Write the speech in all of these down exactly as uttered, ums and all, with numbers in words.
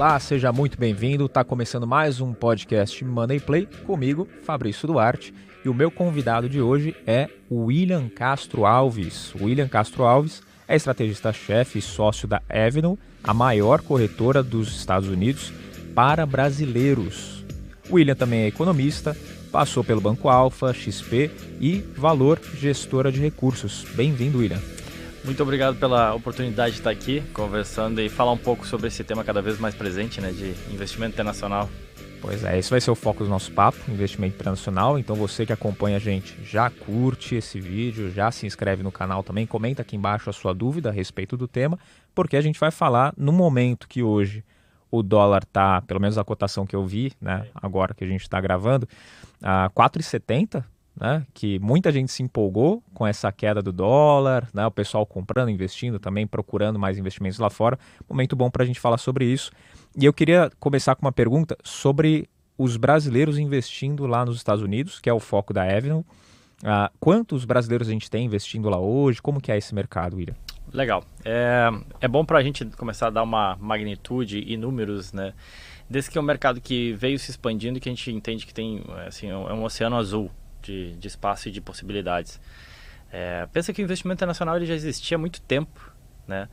Olá, seja muito bem-vindo. Está começando mais um podcast Money Play comigo, Fabrício Duarte. E o meu convidado de hoje é o William Castro Alves. O William Castro Alves é estrategista-chefe e sócio da Avenue, a maior corretora dos Estados Unidos para brasileiros. O William também é economista, passou pelo Banco Alfa, X P e Valor Gestora de Recursos. Bem-vindo, William. Muito obrigado pela oportunidade de estar aqui conversando e falar um pouco sobre esse tema cada vez mais presente, né, de investimento internacional. Pois é, esse vai ser o foco do nosso papo, investimento internacional. Então você que acompanha a gente já curte esse vídeo, já se inscreve no canal também, comenta aqui embaixo a sua dúvida a respeito do tema, porque a gente vai falar no momento que hoje o dólar está, pelo menos a cotação que eu vi, né, agora que a gente está gravando, a quatro e setenta, né, que muita gente se empolgou com essa queda do dólar, né, o pessoal comprando, investindo também, procurando mais investimentos lá fora. Momento bom para a gente falar sobre isso. E eu queria começar com uma pergunta sobre os brasileiros investindo lá nos Estados Unidos, que é o foco da Avenue. Ah, quantos brasileiros a gente tem investindo lá hoje? Como que é esse mercado, William? Legal. É, é bom para a gente começar a dar uma magnitude e números, né? Desse que é um mercado que veio se expandindo e que a gente entende que tem, assim, é um oceano azul de, de espaço e de possibilidades. É, pensa que o investimento internacional ele já existia há muito tempo, né?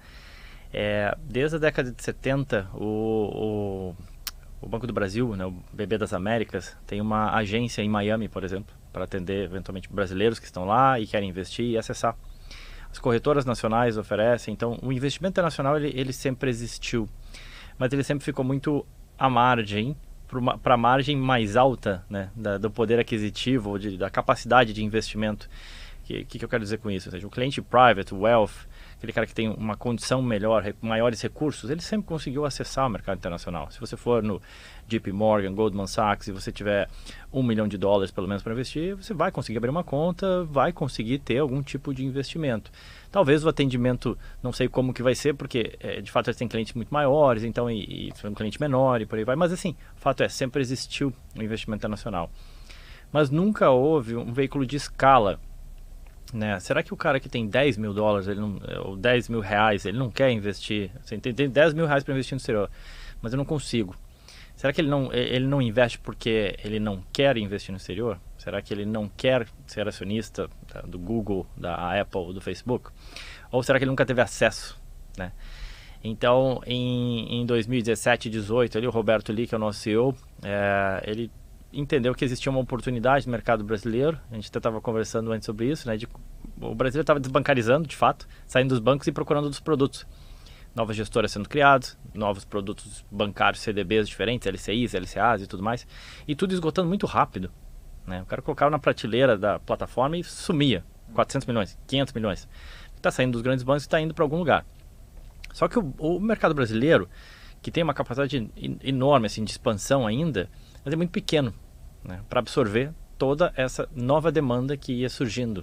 É, desde a década de setenta, o, o, o Banco do Brasil, né, o B B das Américas, tem uma agência em Miami, por exemplo, para atender eventualmente brasileiros que estão lá e querem investir e acessar. As corretoras nacionais oferecem, então o investimento internacional ele, ele sempre existiu, mas ele sempre ficou muito à margem, para a margem mais alta, né, da, do poder aquisitivo, de, da capacidade de investimento. O que, que, que eu quero dizer com isso? Ou seja, o cliente private, o wealth, aquele cara que tem uma condição melhor, maiores recursos, ele sempre conseguiu acessar o mercado internacional. Se você for no J P Morgan, Goldman Sachs, e você tiver um milhão de dólares pelo menos para investir, você vai conseguir abrir uma conta, vai conseguir ter algum tipo de investimento. Talvez o atendimento, não sei como que vai ser, porque é, de fato eles têm clientes muito maiores, então e, e um cliente menor e por aí vai. Mas assim, o fato é, sempre existiu o investimento internacional. Mas nunca houve um veículo de escala. Né? Será que o cara que tem dez mil dólares, ele não, ou dez mil reais, ele não quer investir? Assim, tem, tem dez mil reais para investir no exterior, mas eu não consigo. Será que ele não, ele não investe porque ele não quer investir no exterior? Será que ele não quer ser acionista do Google, da Apple, do Facebook? Ou será que ele nunca teve acesso? Né? Então, em, em dois mil e dezessete e dois mil e dezoito, ali, o Roberto Lee, que é o nosso C E O, é, ele entendeu que existia uma oportunidade no mercado brasileiro. A gente até estava conversando antes sobre isso, né? De, o brasileiro estava desbancarizando, de fato, saindo dos bancos e procurando dos produtos. Novas gestoras sendo criadas, novos produtos bancários, C D Bs diferentes, L C Is, L C As e tudo mais. E tudo esgotando muito rápido. Né? O cara colocava na prateleira da plataforma e sumia. quatrocentos milhões, quinhentos milhões. Está saindo dos grandes bancos e está indo para algum lugar. Só que o, o mercado brasileiro, que tem uma capacidade enorme assim, de expansão ainda, mas é muito pequeno, né, para absorver toda essa nova demanda que ia surgindo.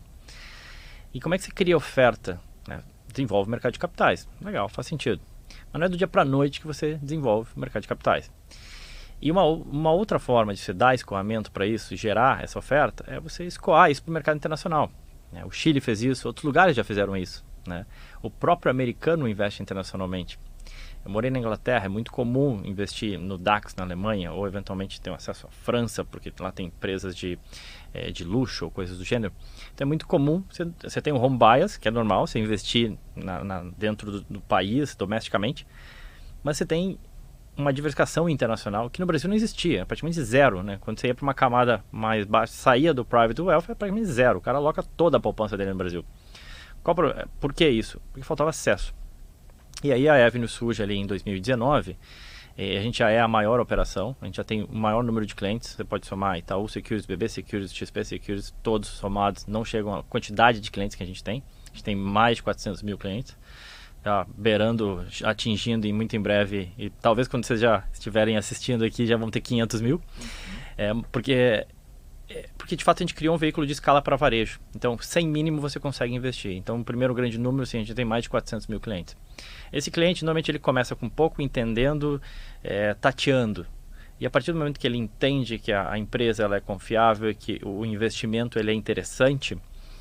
E como é que você cria oferta? Né? Desenvolve o mercado de capitais. Legal, faz sentido. Mas não é do dia para a noite que você desenvolve o mercado de capitais. E uma, uma outra forma de você dar escoamento para isso, gerar essa oferta, é você escoar isso para o mercado internacional. Né? O Chile fez isso, outros lugares já fizeram isso. Né? O próprio americano investe internacionalmente. Eu morei na Inglaterra, é muito comum investir no DAX na Alemanha, ou eventualmente ter acesso à França, porque lá tem empresas de, é, de luxo ou coisas do gênero. Então é muito comum, você, você tem o home bias, que é normal, você investir na, na, dentro do, do país, domesticamente, mas você tem uma diversificação internacional que no Brasil não existia, é praticamente zero. Né? Quando você ia para uma camada mais baixa, saía do private wealth, é praticamente zero. O cara aloca toda a poupança dele no Brasil. Qual, por que isso? Porque faltava acesso. E aí a Avenue surge ali em dois mil e dezenove, a gente já é a maior operação, a gente já tem o maior número de clientes, você pode somar Itaú Securities, B B Securities, X P Securities, todos somados, não chegam à quantidade de clientes que a gente tem, a gente tem mais de quatrocentos mil clientes, já beirando, atingindo em muito em breve, e talvez quando vocês já estiverem assistindo aqui já vão ter quinhentos mil, é, porque... Porque de fato a gente criou um veículo de escala para varejo. Então, sem mínimo você consegue investir. Então, o primeiro grande número, assim, a gente tem mais de quatrocentos mil clientes. Esse cliente, normalmente, ele começa com pouco, entendendo, é, tateando. E a partir do momento que ele entende que a, a empresa ela é confiável, que o investimento ele é interessante,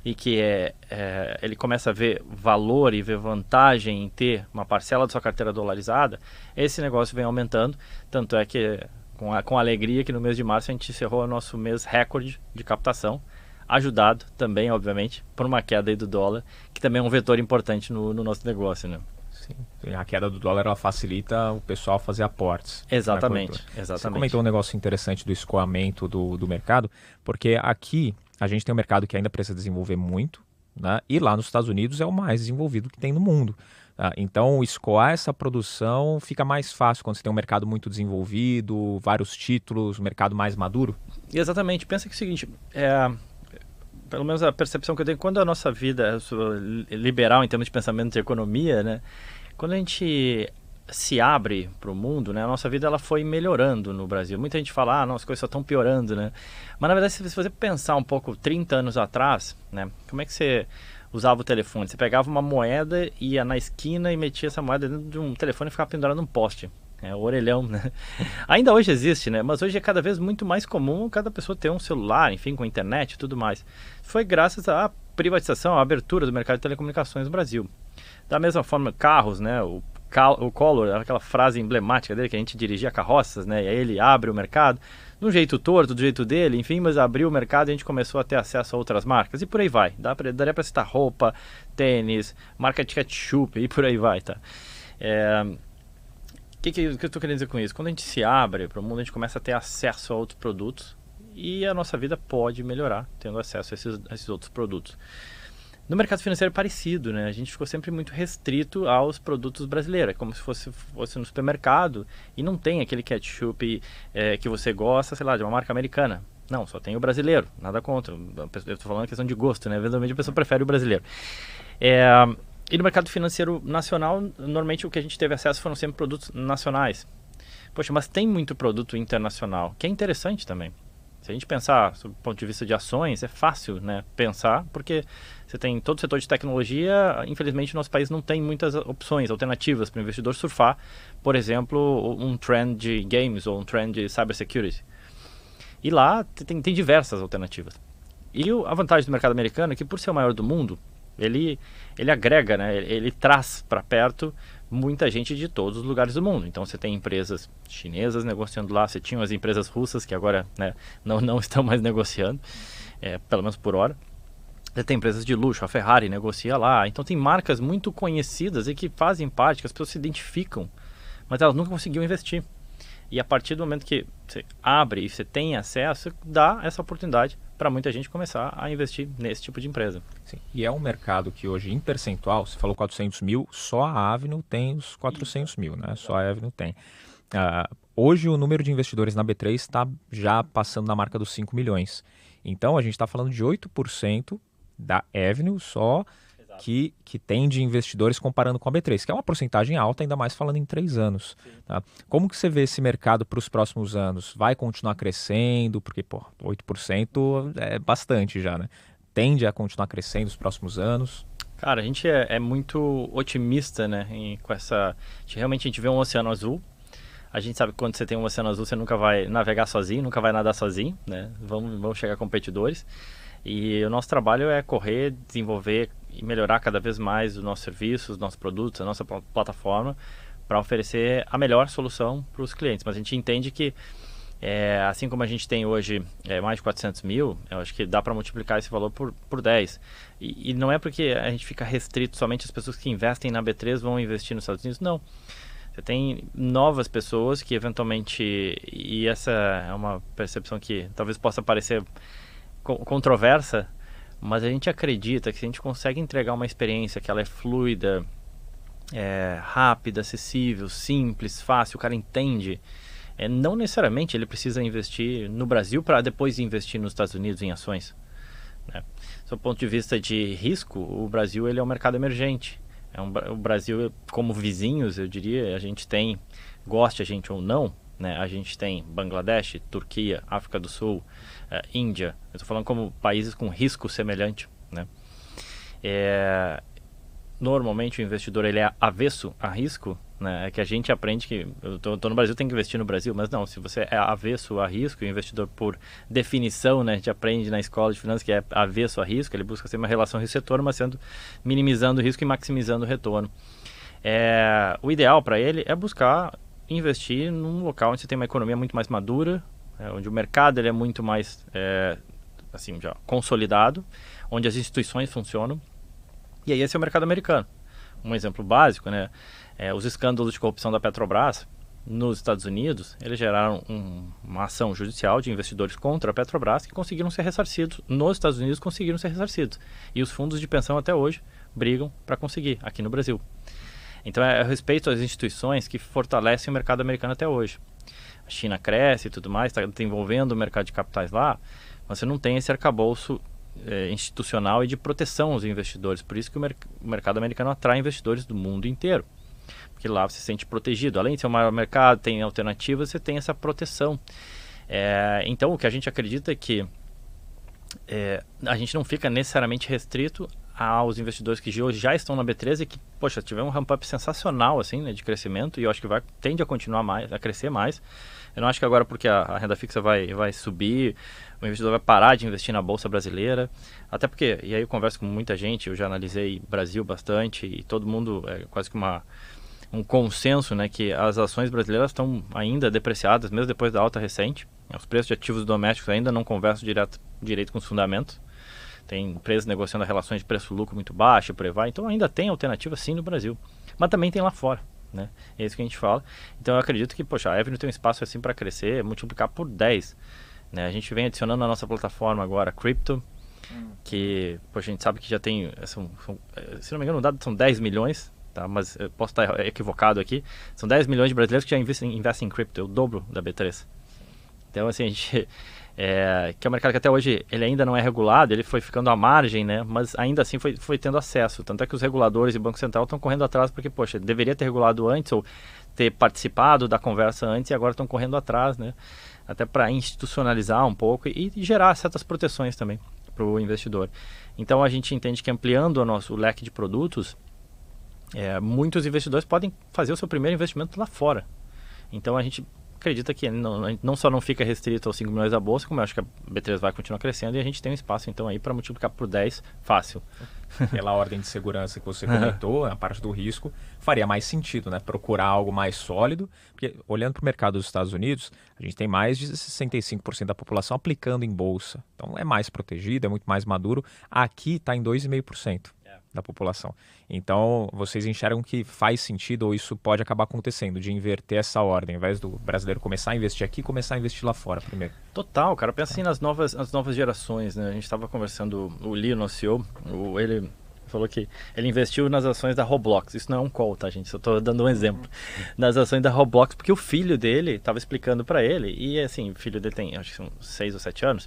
e que é, é, ele começa a ver valor e ver vantagem em ter uma parcela da sua carteira dolarizada, esse negócio vem aumentando, tanto é que com, a, com alegria que no mês de março a gente encerrou o nosso mês recorde de captação, ajudado também, obviamente, por uma queda aí do dólar, que também é um vetor importante no, no nosso negócio, né? Sim. A queda do dólar ela facilita o pessoal fazer aportes. Exatamente, exatamente. Você comentou um negócio interessante do escoamento do, do mercado, porque aqui a gente tem um mercado que ainda precisa desenvolver muito, né? E lá nos Estados Unidos é o mais desenvolvido que tem no mundo. Tá? Então, escoar essa produção fica mais fácil quando você tem um mercado muito desenvolvido, vários títulos, um mercado mais maduro? Exatamente. Pensa que é o seguinte, é, pelo menos a percepção que eu tenho, quando a nossa vida é liberal em termos de pensamento de economia, né? Quando a gente se abre para o mundo, né, a nossa vida ela foi melhorando no Brasil. Muita gente fala, ah, não, as coisas só estão piorando, né? Mas na verdade, se você pensar um pouco trinta anos atrás, né, como é que você usava o telefone? Você pegava uma moeda, ia na esquina e metia essa moeda dentro de um telefone e ficava pendurado num poste. É o orelhão, né? Ainda hoje existe, né? Mas hoje é cada vez muito mais comum cada pessoa ter um celular, enfim, com internet e tudo mais. Foi graças à privatização, à abertura do mercado de telecomunicações no Brasil. Da mesma forma, carros, né? O o Collor, aquela frase emblemática dele, que a gente dirigia carroças, né? E aí ele abre o mercado, de um jeito torto, do jeito dele, enfim, mas abriu o mercado e a gente começou a ter acesso a outras marcas. E por aí vai. Dá pra, daria para citar roupa, tênis, marca de ketchup e por aí vai, tá? É... O que, que, que eu estou querendo dizer com isso? Quando a gente se abre para o mundo, a gente começa a ter acesso a outros produtos e a nossa vida pode melhorar tendo acesso a esses, a esses outros produtos. No mercado financeiro é parecido, né? A gente ficou sempre muito restrito aos produtos brasileiros, é como se fosse, fosse no supermercado e não tem aquele ketchup é, que você gosta, sei lá, de uma marca americana. Não, só tem o brasileiro, nada contra. Eu estou falando questão de gosto, né? Eventualmente a pessoa prefere o brasileiro. É, e no mercado financeiro nacional, normalmente o que a gente teve acesso foram sempre produtos nacionais. Poxa, mas tem muito produto internacional, que é interessante também. Se a gente pensar do ponto de vista de ações, é fácil, né, pensar, porque você tem todo o setor de tecnologia, infelizmente nosso país não tem muitas opções, alternativas para o investidor surfar, por exemplo, um trend de games ou um trend de cybersecurity. E lá tem, tem diversas alternativas. E a vantagem do mercado americano é que, por ser o maior do mundo, ele, ele agrega, né, ele, ele traz para perto muita gente de todos os lugares do mundo. Então você tem empresas chinesas negociando lá, você tinha as empresas russas que agora, né, não, não estão mais negociando, é, pelo menos por hora. Você tem empresas de luxo, a Ferrari negocia lá. Então tem marcas muito conhecidas e que fazem parte, que as pessoas se identificam, mas elas nunca conseguiam investir. E a partir do momento que você abre e você tem acesso, dá essa oportunidade para muita gente começar a investir nesse tipo de empresa. Sim. E é um mercado que hoje, em percentual, você falou quatrocentos mil, só a Avenue tem os quatrocentos mil, né? Só a Avenue tem. Uh, hoje o número de investidores na B três está já passando na marca dos cinco milhões. Então a gente está falando de oito por cento da Avenue só que, que tem de investidores comparando com a B três, que é uma porcentagem alta, ainda mais falando em três anos. Tá? Como que você vê esse mercado para os próximos anos? Vai continuar crescendo? Porque, pô, oito por cento é bastante já, né? Tende a continuar crescendo nos próximos anos? Cara, a gente é, é muito otimista, né? Em, com essa... Realmente a gente vê um oceano azul. A gente sabe que quando você tem um oceano azul, você nunca vai navegar sozinho, nunca vai nadar sozinho, né? Vão, vão chegar competidores. E o nosso trabalho é correr, desenvolver e melhorar cada vez mais os nossos serviços, os nossos produtos, a nossa plataforma para oferecer a melhor solução para os clientes. Mas a gente entende que, é, assim como a gente tem hoje é, mais de quatrocentos mil, eu acho que dá para multiplicar esse valor por, por dez. E, e não é porque a gente fica restrito somente as pessoas que investem na B três vão investir nos Estados Unidos, não. Você tem novas pessoas que eventualmente, e essa é uma percepção que talvez possa parecer controversa, mas a gente acredita que se a gente consegue entregar uma experiência que ela é fluida, é, rápida, acessível, simples, fácil, o cara entende, é, não necessariamente ele precisa investir no Brasil para depois investir nos Estados Unidos em ações, né? Do ponto de vista de risco, o Brasil ele é um mercado emergente. É um, o Brasil, como vizinhos, eu diria, a gente tem, goste a gente ou não, né, a gente tem Bangladesh, Turquia, África do Sul, uh, Índia. Eu estou falando como países com risco semelhante, né? É, normalmente o investidor ele é avesso a risco, né? É que a gente aprende que eu tô, tô no Brasil, tem que investir no Brasil, mas não, se você é avesso a risco, o investidor por definição, né, a gente aprende na escola de finanças que é avesso a risco, ele busca ser uma relação risco-retorno, mas sendo minimizando o risco e maximizando o retorno. É, o ideal para ele é buscar investir num local onde você tem uma economia muito mais madura, é, onde o mercado ele é muito mais é, assim, já consolidado, onde as instituições funcionam. E aí esse é o mercado americano. Um exemplo básico, né? É, os escândalos de corrupção da Petrobras nos Estados Unidos, eles geraram um, uma ação judicial de investidores contra a Petrobras que conseguiram ser ressarcidos. Nos Estados Unidos conseguiram ser ressarcidos. E os fundos de pensão até hoje brigam para conseguir, aqui no Brasil. Então é a respeito às instituições que fortalecem o mercado americano até hoje. A China cresce e tudo mais, está desenvolvendo o mercado de capitais lá, mas você não tem esse arcabouço é, institucional e de proteção aos investidores. Por isso que o, mer o mercado americano atrai investidores do mundo inteiro. Porque lá você se sente protegido. Além de ser um maior mercado, tem alternativas, você tem essa proteção. É, então o que a gente acredita é que é, a gente não fica necessariamente restrito aos investidores que hoje já estão na B treze e que, poxa, tiveram um ramp-up sensacional assim, né, de crescimento, e eu acho que vai, tende a continuar mais, a crescer mais. Eu não acho que agora, porque a, a renda fixa vai, vai subir, o investidor vai parar de investir na Bolsa Brasileira. Até porque, e aí eu converso com muita gente, eu já analisei Brasil bastante, e todo mundo, é quase que uma, um consenso, né, que as ações brasileiras estão ainda depreciadas, mesmo depois da alta recente. Os preços de ativos domésticos ainda não conversam direto, direito com os fundamentos. Tem empresas negociando relações de preço-lucro muito baixo, por aí vai. Então ainda tem alternativa sim no Brasil, mas também tem lá fora, né? É isso que a gente fala. Então eu acredito que, poxa, a Avenue tem um espaço assim para crescer, multiplicar por dez, né? A gente vem adicionando na nossa plataforma agora Crypto, que, poxa, a gente sabe que já tem, são, são, se não me engano, o dado são dez milhões, tá? Mas eu posso estar equivocado aqui. São dez milhões de brasileiros que já investem, investem em cripto, é o dobro da B três. Então, assim, a gente... É, que é um mercado que até hoje ele ainda não é regulado, ele foi ficando à margem, né? Mas ainda assim foi, foi tendo acesso. Tanto é que os reguladores e o Banco Central estão correndo atrás porque, poxa, deveria ter regulado antes ou ter participado da conversa antes e agora estão correndo atrás, né? Até para institucionalizar um pouco e, e gerar certas proteções também para o investidor. Então a gente entende que ampliando o nosso leque de produtos, é, muitos investidores podem fazer o seu primeiro investimento lá fora. Então a gente acredita que não, não só não fica restrito aos cinco milhões da bolsa, como eu acho que a B três vai continuar crescendo e a gente tem um espaço então aí para multiplicar por dez fácil. Pela ordem de segurança que você comentou, a parte do risco, faria mais sentido, né? Procurar algo mais sólido, porque olhando para o mercado dos Estados Unidos, a gente tem mais de sessenta e cinco por cento da população aplicando em bolsa. Então é mais protegido, é muito mais maduro. Aqui está em dois vírgula cinco por cento da população. Então, vocês enxergam que faz sentido ou isso pode acabar acontecendo, de inverter essa ordem, ao invés do brasileiro começar a investir aqui, começar a investir lá fora primeiro? Total, cara. Pensa assim nas novas, nas novas gerações, né? A gente estava conversando, o Lee, nosso C E O, o, ele falou que ele investiu nas ações da Roblox. Isso não é um call, tá, gente? Só estou dando um exemplo. Nas ações da Roblox, porque o filho dele estava explicando para ele, e assim, o filho dele tem, acho que são seis ou sete anos,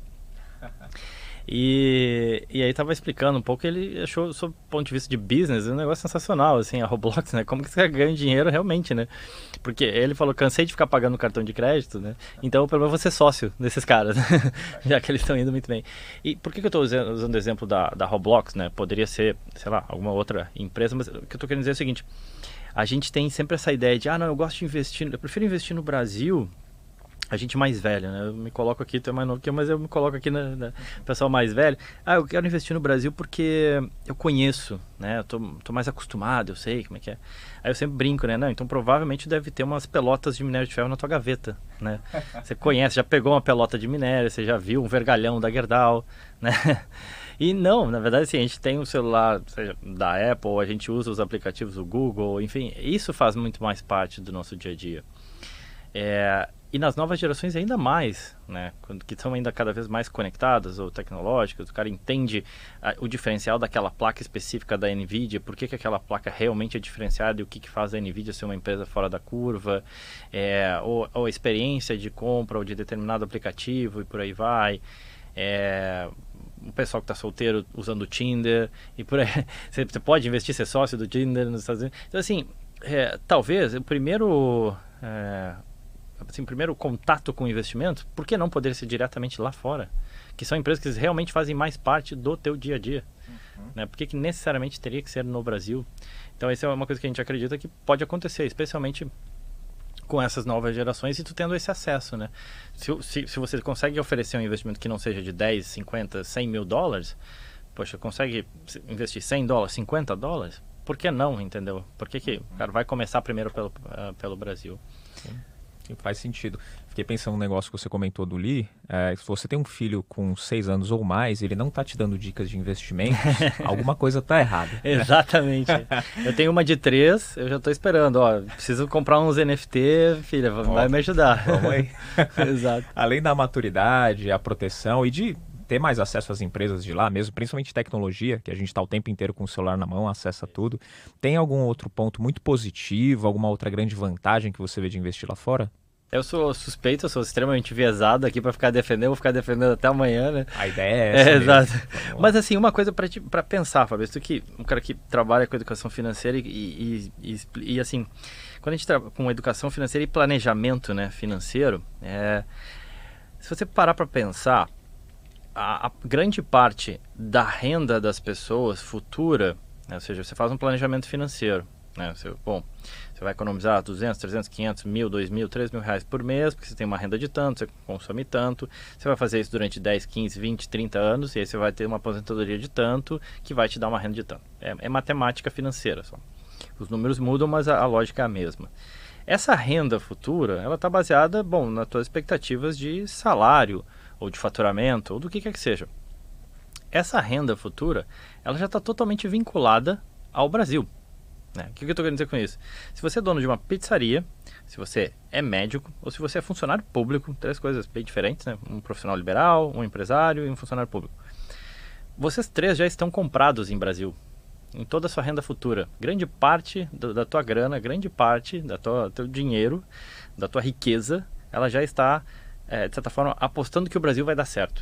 E, e aí tava explicando um pouco, ele achou, sob o ponto de vista de business, um negócio sensacional, assim, a Roblox, né? Como que você ganha dinheiro realmente, né? Porque ele falou, cansei de ficar pagando cartão de crédito, né? Então o problema é você ser sócio desses caras, já que eles estão indo muito bem. E por que, que eu tô usando, usando o exemplo da, da Roblox, né? Poderia ser, sei lá, alguma outra empresa, mas o que eu tô querendo dizer é o seguinte, a gente tem sempre essa ideia de, ah, não, eu gosto de investir, eu prefiro investir no Brasil. A gente mais velho, né? Eu me coloco aqui, tu é mais novo que eu, mas eu me coloco aqui na, na pessoal mais velho. Ah, eu quero investir no Brasil porque eu conheço, né? Eu tô, tô mais acostumado, eu sei como é que é. Aí eu sempre brinco, né? Não, então provavelmente deve ter umas pelotas de minério de ferro na tua gaveta, né? Você conhece, já pegou uma pelota de minério, você já viu um vergalhão da Gerdau, né? E não, na verdade, assim, a gente tem um celular, seja da Apple, a gente usa os aplicativos do Google, enfim, isso faz muito mais parte do nosso dia a dia. É... E nas novas gerações ainda mais, né? Que são ainda cada vez mais conectadas ou tecnológicas, o cara entende a, o diferencial daquela placa específica da NVIDIA, por que, que aquela placa realmente é diferenciada e o que, que faz a NVIDIA ser uma empresa fora da curva, é, ou, ou a experiência de compra ou de determinado aplicativo e por aí vai. É, o pessoal que está solteiro usando o Tinder e por aí. Você pode investir, ser sócio do Tinder nos Estados Unidos. Então, assim, é, talvez o primeiro... É, assim, primeiro contato com o investimento, por que não poder ser diretamente lá fora? Que são empresas que realmente fazem mais parte do teu dia a dia. Né? Por que que necessariamente teria que ser no Brasil? Então, essa é uma coisa que a gente acredita que pode acontecer, especialmente com essas novas gerações e tu tendo esse acesso, né? Se, se, se você consegue oferecer um investimento que não seja de dez, cinquenta, cem mil dólares, poxa, consegue investir cem dólares, cinquenta dólares? Por que não, entendeu? Por que que o cara vai começar primeiro pelo, uh, pelo Brasil? Sim. Sim, faz sentido. Fiquei pensando no negócio que você comentou do Lee. É, se você tem um filho com seis anos ou mais, ele não está te dando dicas de investimentos, alguma coisa está errada. Exatamente. Eu tenho uma de três, eu já estou esperando. Ó, preciso comprar uns N F T, filha, vai oh, me ajudar. Vamos aí. Exato. Além da maturidade, a proteção e de ter mais acesso às empresas de lá mesmo, principalmente tecnologia, que a gente está o tempo inteiro com o celular na mão, acessa tudo. Tem algum outro ponto muito positivo, alguma outra grande vantagem que você vê de investir lá fora? Eu sou suspeito, eu sou extremamente enviesado aqui para ficar defendendo, vou ficar defendendo até amanhã, né? A ideia é essa. É, exato. Mas assim, uma coisa para pensar, Fabio, tu que um cara que trabalha com educação financeira e, e, e, e assim, quando a gente trabalha com educação financeira e planejamento, né, financeiro, é, se você parar para pensar, a, a grande parte da renda das pessoas futura, né, ou seja, você faz um planejamento financeiro, né, você, bom, você vai economizar duzentos, trezentos, quinhentos, mil, dois mil, três mil reais por mês, porque você tem uma renda de tanto, você consome tanto, você vai fazer isso durante dez, quinze, vinte, trinta anos, e aí você vai ter uma aposentadoria de tanto, que vai te dar uma renda de tanto. É, é matemática financeira só. Os números mudam, mas a, a lógica é a mesma. Essa renda futura, ela está baseada, bom, nas tuas expectativas de salário, ou de faturamento, ou do que quer que seja. Essa renda futura, ela já está totalmente vinculada ao Brasil. Né? O que eu estou querendo dizer com isso? Se você é dono de uma pizzaria, se você é médico, ou se você é funcionário público, três coisas bem diferentes, né? Um profissional liberal, um empresário e um funcionário público. Vocês três já estão comprados em Brasil, em toda a sua renda futura. Grande parte do, da tua grana, grande parte do teu dinheiro, da tua riqueza, ela já está... É, de certa forma, apostando que o Brasil vai dar certo.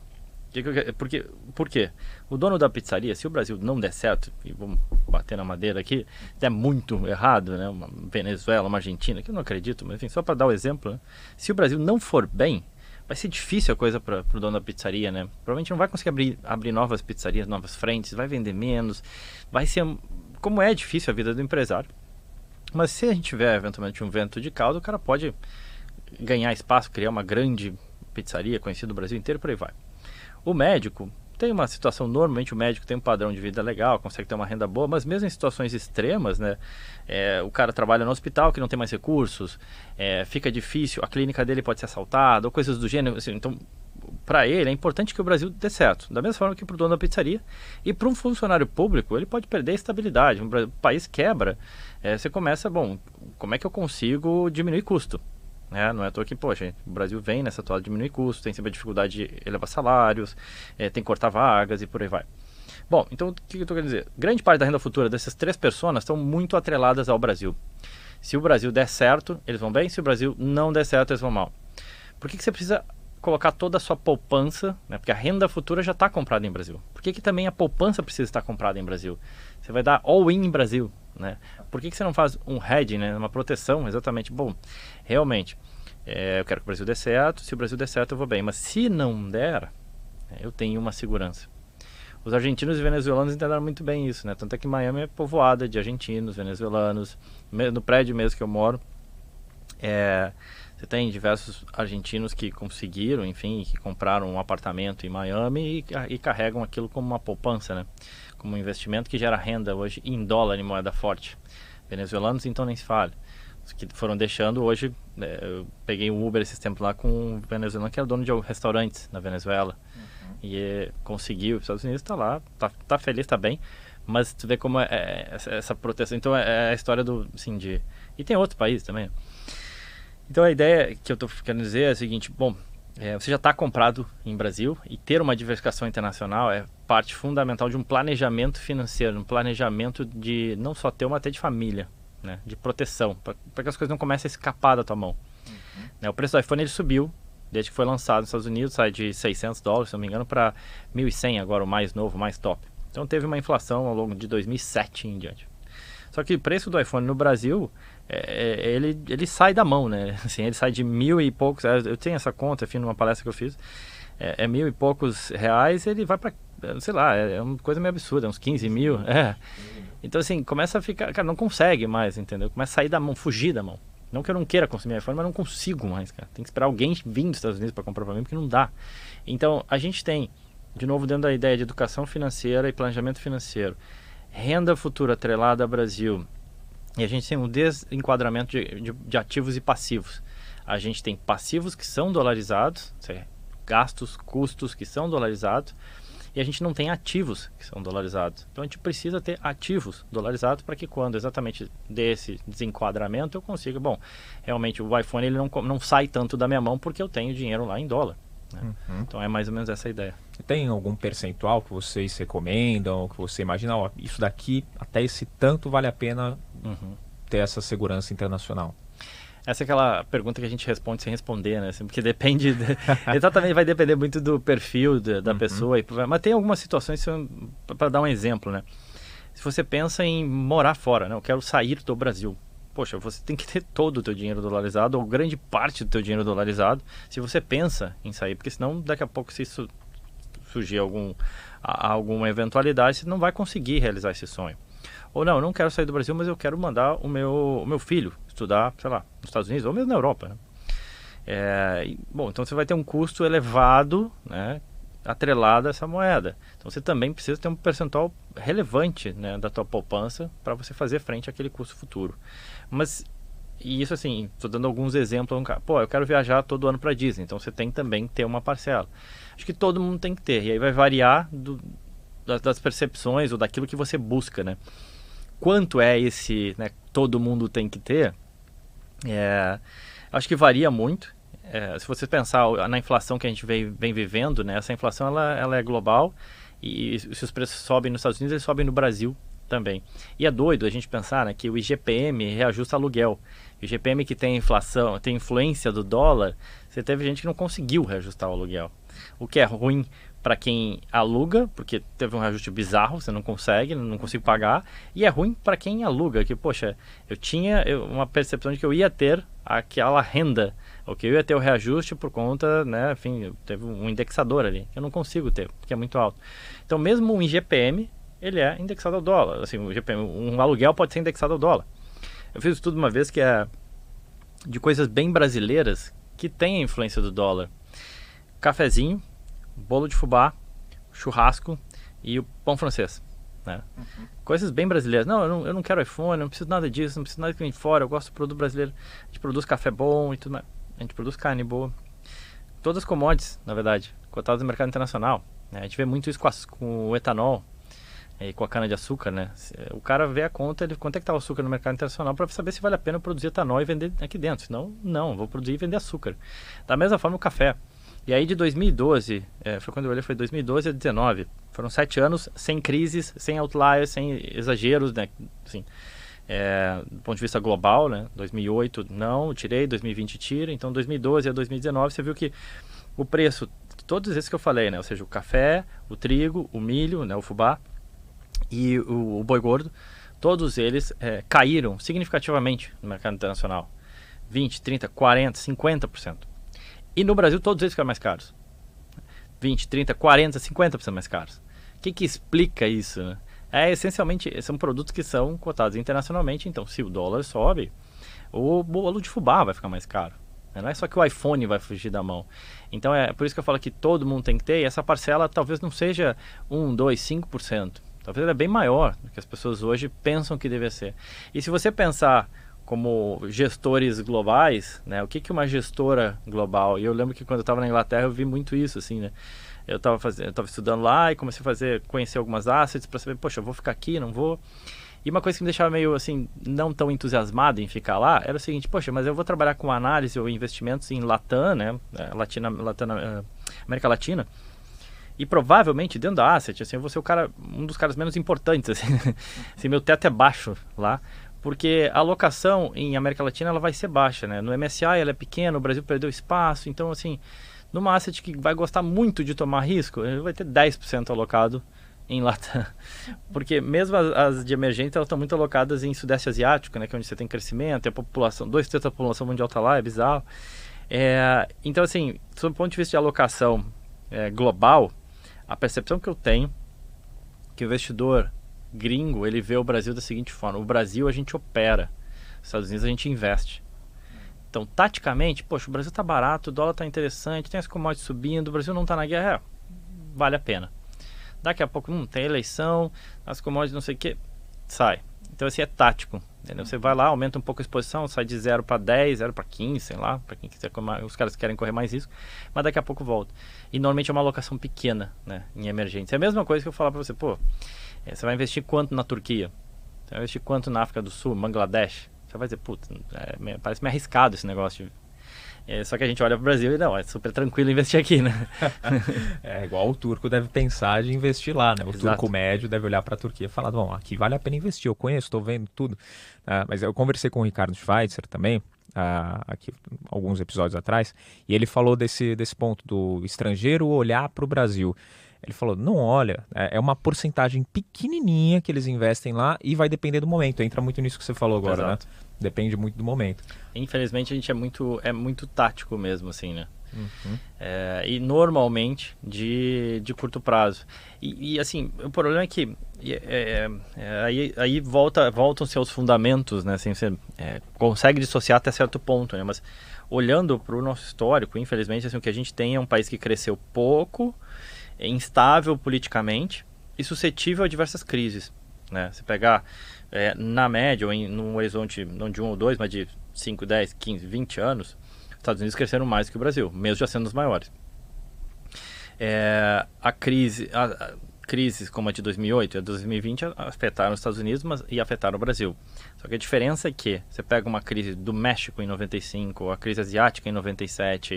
Porque, por quê? O dono da pizzaria, se o Brasil não der certo, e vamos bater na madeira aqui, der muito errado, né? Uma Venezuela, uma Argentina, que eu não acredito, mas enfim, só para dar o exemplo, né? Se o Brasil não for bem, vai ser difícil a coisa para o dono da pizzaria, né? Provavelmente não vai conseguir abrir, abrir novas pizzarias, novas frentes, vai vender menos, vai ser... Como é difícil a vida do empresário. Mas se a gente tiver, eventualmente, um vento de caldo, o cara pode... ganhar espaço, criar uma grande pizzaria conhecida no Brasil inteiro, por aí vai. O médico tem uma situação, normalmente o médico tem um padrão de vida legal, consegue ter uma renda boa, mas mesmo em situações extremas, né, é, o cara trabalha no hospital que não tem mais recursos, é, fica difícil, a clínica dele pode ser assaltada, ou coisas do gênero, assim, então para ele é importante que o Brasil dê certo, da mesma forma que para o dono da pizzaria, e para um funcionário público ele pode perder a estabilidade, o país quebra, é, você começa, bom, como é que eu consigo diminuir custo? É, não é à toa que, poxa, o Brasil vem nessa toada de diminuir custos, tem sempre a dificuldade de elevar salários, é, tem que cortar vagas e por aí vai. Bom, então o que eu estou querendo dizer? Grande parte da renda futura dessas três pessoas estão muito atreladas ao Brasil. Se o Brasil der certo, eles vão bem, se o Brasil não der certo, eles vão mal. Por que que você precisa colocar toda a sua poupança, né? Porque a renda futura já está comprada em Brasil. Por que que também a poupança precisa estar comprada em Brasil? Você vai dar all-in em Brasil, né? Por que que você não faz um hedge, né? Uma proteção, exatamente? Bom, realmente, é, eu quero que o Brasil dê certo, se o Brasil der certo eu vou bem, mas se não der, eu tenho uma segurança. Os argentinos e venezuelanos entenderam muito bem isso, né? Tanto é que Miami é povoada de argentinos, venezuelanos, no prédio mesmo que eu moro, é... Você tem diversos argentinos que conseguiram, enfim, que compraram um apartamento em Miami e, e carregam aquilo como uma poupança, né? Como um investimento que gera renda hoje em dólar, em moeda forte. Venezuelanos, então, nem se fala. Os que foram deixando hoje, é, eu peguei um Uber esses tempos lá com um venezuelano que era dono de restaurantes na Venezuela. Uhum. E é, conseguiu, os Estados Unidos está lá, está tá feliz, está bem, mas tu vê como é, é essa, essa proteção. Então, é, é a história do, assim, de... E tem outro país também. Então a ideia que eu estou querendo dizer é a seguinte, bom, é, você já está comprado em Brasil e ter uma diversificação internacional é parte fundamental de um planejamento financeiro, um planejamento de não só ter, mas até de família, né, de proteção, para que as coisas não comecem a escapar da tua mão. Uhum. Né, o preço do iPhone ele subiu, desde que foi lançado nos Estados Unidos, sai de seiscentos dólares, se não me engano, para mil e cem agora, o mais novo, o mais top. Então teve uma inflação ao longo de dois mil e sete em diante. Só que o preço do iPhone no Brasil, é, ele, ele sai da mão, né? Assim, ele sai de mil e poucos, eu tenho essa conta, enfim, numa palestra que eu fiz, é, é mil e poucos reais, ele vai para sei lá, é uma coisa meio absurda, uns quinze mil, é. Então, assim, começa a ficar, cara, não consegue mais, entendeu? Começa a sair da mão, fugir da mão. Não que eu não queira consumir iPhone, mas não consigo mais, cara. Tem que esperar alguém vir dos Estados Unidos para comprar para mim, porque não dá. Então, a gente tem, de novo, dentro da ideia de educação financeira e planejamento financeiro, renda futura atrelada ao Brasil, e a gente tem um desenquadramento de, de, de ativos e passivos. A gente tem passivos que são dolarizados, seja, gastos, custos que são dolarizados, e a gente não tem ativos que são dolarizados. Então a gente precisa ter ativos dolarizados para que quando exatamente desse desenquadramento eu consiga, bom, realmente o iPhone ele não, não sai tanto da minha mão porque eu tenho dinheiro lá em dólar. Né? Uhum. Então é mais ou menos essa a ideia. Tem algum percentual que vocês recomendam, que você imagina, ó, isso daqui até esse tanto vale a pena uhum. ter essa segurança internacional? Essa é aquela pergunta que a gente responde sem responder, né? Porque depende... De, exatamente, vai depender muito do perfil de, da uhum. pessoa. Mas tem algumas situações, para dar um exemplo, né? Se você pensa em morar fora, né? Eu quero sair do Brasil. Poxa, você tem que ter todo o teu dinheiro dolarizado, ou grande parte do teu dinheiro dolarizado, se você pensa em sair. Porque senão, daqui a pouco, se isso surgir algum, alguma eventualidade, você não vai conseguir realizar esse sonho. Ou não, eu não quero sair do Brasil, mas eu quero mandar o meu, o meu filho estudar, sei lá, nos Estados Unidos ou mesmo na Europa. Né? É, e, bom, então você vai ter um custo elevado, né, atrelado a essa moeda. Então você também precisa ter um percentual relevante, né, da tua poupança para você fazer frente àquele custo futuro. Mas, e isso assim, estou dando alguns exemplos. Pô, eu quero viajar todo ano para Disney, então você tem também que ter uma parcela. Acho que todo mundo tem que ter, e aí vai variar do, das, das percepções ou daquilo que você busca, né? Quanto é esse, né, todo mundo tem que ter, é, acho que varia muito. É, se você pensar na inflação que a gente vem, vem vivendo, né, essa inflação ela, ela é global e se os preços sobem nos Estados Unidos, eles sobem no Brasil também. E é doido a gente pensar, né, que o I G P M reajusta aluguel. O I G P M que tem inflação, tem influência do dólar, você teve gente que não conseguiu reajustar o aluguel. O que é ruim para quem aluga, porque teve um reajuste bizarro, você não consegue, não consigo pagar, e é ruim para quem aluga, que, poxa, eu tinha uma percepção de que eu ia ter aquela renda, ou que eu ia ter o reajuste por conta, né, enfim, teve um indexador ali, que eu não consigo ter, porque é muito alto. Então, mesmo um I G P M, ele é indexado ao dólar, assim, o I G P M, um aluguel pode ser indexado ao dólar. Eu fiz um estudo uma vez que é de coisas bem brasileiras que tem a influência do dólar. Cafezinho, bolo de fubá, churrasco e o pão francês, né? Uhum. Coisas bem brasileiras. Não eu, não, eu não quero iPhone, não preciso nada disso, não preciso nada que vem de fora, eu gosto do produto brasileiro. A gente produz café bom e tudo mais. A gente produz carne boa. Todas as commodities, na verdade, cotadas no mercado internacional, né? A gente vê muito isso com, a, com o etanol e com a cana-de-açúcar, né? O cara vê a conta, ele, quanto é que está o açúcar no mercado internacional para saber se vale a pena produzir etanol e vender aqui dentro. Senão, não, vou produzir e vender açúcar. Da mesma forma o café. E aí de dois mil e doze, é, foi quando eu olhei, foi dois mil e doze a dois mil e dezenove. Foram sete anos sem crises, sem outliers, sem exageros, né? Assim, é, do ponto de vista global, né? dois mil e oito não, tirei, dois mil e vinte tira. Então dois mil e doze a dois mil e dezenove você viu que o preço, todos esses que eu falei, né? Ou seja, o café, o trigo, o milho, né? O fubá e o, o boi gordo, todos eles é, caíram significativamente no mercado internacional. vinte, trinta, quarenta, cinquenta por cento. E no Brasil todos eles ficaram mais caros. vinte, trinta, quarenta, cinquenta por cento mais caros. O que que explica isso, né? É essencialmente, são produtos que são cotados internacionalmente, então se o dólar sobe, o bolo de fubá vai ficar mais caro. Não é só que o iPhone vai fugir da mão. Então é por isso que eu falo que todo mundo tem que ter, e essa parcela talvez não seja um, dois, cinco por cento. Talvez ela é bem maior do que as pessoas hoje pensam que deve ser. E se você pensar como gestores globais, né? O que que uma gestora global... E eu lembro que quando eu estava na Inglaterra eu vi muito isso, assim, né? Eu estava fazendo, eu estava estudando lá e comecei a fazer, conhecer algumas assets para saber, poxa, eu vou ficar aqui, não vou... E uma coisa que me deixava meio, assim, não tão entusiasmado em ficar lá, era o seguinte, poxa, mas eu vou trabalhar com análise ou investimentos em Latam, né? Latina, Latina, América Latina, e provavelmente dentro da asset, assim, eu vou ser o cara, um dos caras menos importantes, assim, assim meu teto é baixo lá, porque a alocação em América Latina ela vai ser baixa, né? No M S C I ela é pequena, o Brasil perdeu espaço, então assim, numa asset que vai gostar muito de tomar risco, ele vai ter dez por cento alocado em Latam. Porque mesmo as, as de emergência, elas estão muito alocadas em Sudeste Asiático, né? Que é onde você tem crescimento, e a população, dois terços da população mundial está lá, é bizarro. É, então assim, sob o ponto de vista de alocação é, global, A percepção que eu tenho que o investidor gringo, ele vê o Brasil da seguinte forma: o Brasil a gente opera, os Estados Unidos a gente investe. Então, taticamente, poxa, o Brasil está barato, o dólar está interessante, tem as commodities subindo, o Brasil não está na guerra, vale a pena. Daqui a pouco, hum, tem eleição, as commodities não sei o que, sai. Então, assim, é tático. Entendeu? Você vai lá, aumenta um pouco a exposição, sai de zero para dez, zero para quinze, sei lá, para quem quiser, os caras querem correr mais risco, mas daqui a pouco volta. E normalmente é uma alocação pequena, né, em emergência. É a mesma coisa que eu falar para você, pô, é, você vai investir quanto na Turquia? Você vai investir quanto na África do Sul, Bangladesh? Você vai dizer, puta, é, parece meio arriscado esse negócio. É, só que a gente olha para o Brasil e não, é super tranquilo investir aqui, né? É igual o turco deve pensar de investir lá, né? O Exato. turco médio deve olhar para a Turquia e falar, bom, aqui vale a pena investir, eu conheço, estou vendo tudo. Uh, mas eu conversei com o Ricardo Schweitzer também, uh, aqui alguns episódios atrás, e ele falou desse, desse ponto do estrangeiro olhar para o Brasil. Ele falou, não olha, é uma porcentagem pequenininha que eles investem lá e vai depender do momento. Entra muito nisso que você falou agora, Exato. né? Depende muito do momento. Infelizmente a gente é muito, é muito tático mesmo, assim, né? Uhum. É, e normalmente de, de curto prazo. E, e assim, o problema é que é, é, aí, aí volta, voltam-se aos fundamentos, né? Assim, você é, consegue dissociar até certo ponto, né? Mas olhando para o nosso histórico, infelizmente, assim, o que a gente tem é um país que cresceu pouco, é instável politicamente e suscetível a diversas crises, né? Se pegar é, na média, ou em num horizonte não de um ou dois, mas de cinco, dez, quinze, vinte anos, os Estados Unidos cresceram mais que o Brasil, mesmo já sendo os maiores. É, a crise, a, a, crises como a de dois mil e oito e a de dois mil e vinte afetaram os Estados Unidos mas, e afetaram o Brasil. Só que a diferença é que você pega uma crise do México em noventa e cinco, a crise asiática em noventa e sete,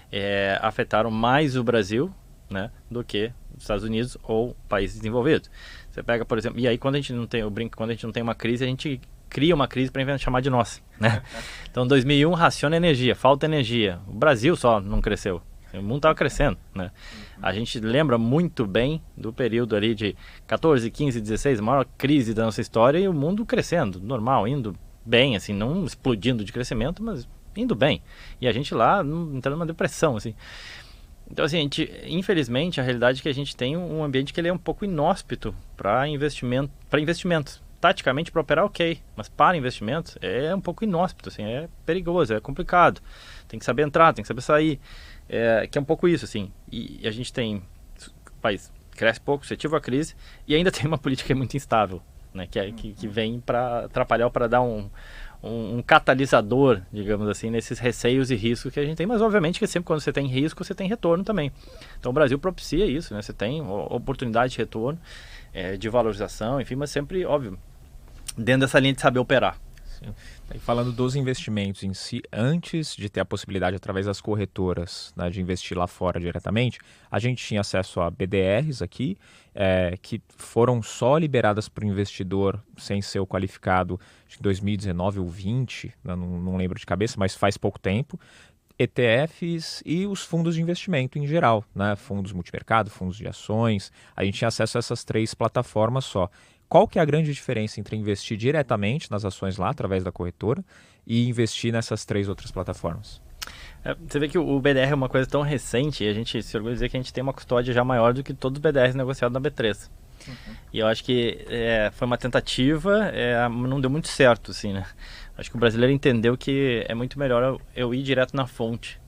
é, afetaram mais o Brasil, né, do que os Estados Unidos ou países desenvolvidos. Você pega, por exemplo, e aí quando a gente não tem, eu brinco, quando a gente não tem uma crise, a gente cria uma crise para chamar de nossa, né? Então, dois mil e um raciona energia, falta energia. O Brasil só não cresceu. O mundo estava crescendo, né? A gente lembra muito bem do período ali de catorze, quinze, dezesseis, a maior crise da nossa história, e o mundo crescendo, normal, indo bem, assim, não explodindo de crescimento, mas indo bem. E a gente lá entrando numa depressão, assim. Então, assim, a gente, infelizmente, a realidade é que a gente tem um ambiente que ele é um pouco inóspito para investimento, para investimentos. Taticamente, para operar, ok, mas para investimentos é um pouco inóspito, assim, é perigoso, é complicado. Tem que saber entrar, tem que saber sair, é, que é um pouco isso, assim. E, e a gente tem, o país cresce pouco, suscetível à crise, e ainda tem uma política muito instável, né, que, é, que, que vem para atrapalhar ou para dar um... Um, um catalisador, digamos assim, nesses receios e riscos que a gente tem, mas obviamente que sempre quando você tem risco, você tem retorno também. Então o Brasil propicia isso, né? Você tem oportunidade de retorno, é, de valorização, enfim, mas sempre, óbvio, dentro dessa linha de saber operar. Sim. E falando dos investimentos em si, antes de ter a possibilidade através das corretoras, né, de investir lá fora diretamente, a gente tinha acesso a B D Rs aqui, é, que foram só liberadas para o investidor sem ser o qualificado de dois mil e dezenove ou vinte, né, não, não lembro de cabeça, mas faz pouco tempo. E T Fs e os fundos de investimento em geral, né, fundos multimercado, fundos de ações, a gente tinha acesso a essas três plataformas só. Qual que é a grande diferença entre investir diretamente nas ações lá, através da corretora, e investir nessas três outras plataformas? É, você vê que o B D R é uma coisa tão recente, e a gente se orgulha de dizer que a gente tem uma custódia já maior do que todos os B D Rs negociados na B três. Uhum. E eu acho que é, foi uma tentativa, é, não deu muito certo, assim, né? Acho que o brasileiro entendeu que é muito melhor eu, eu ir direto na fonte.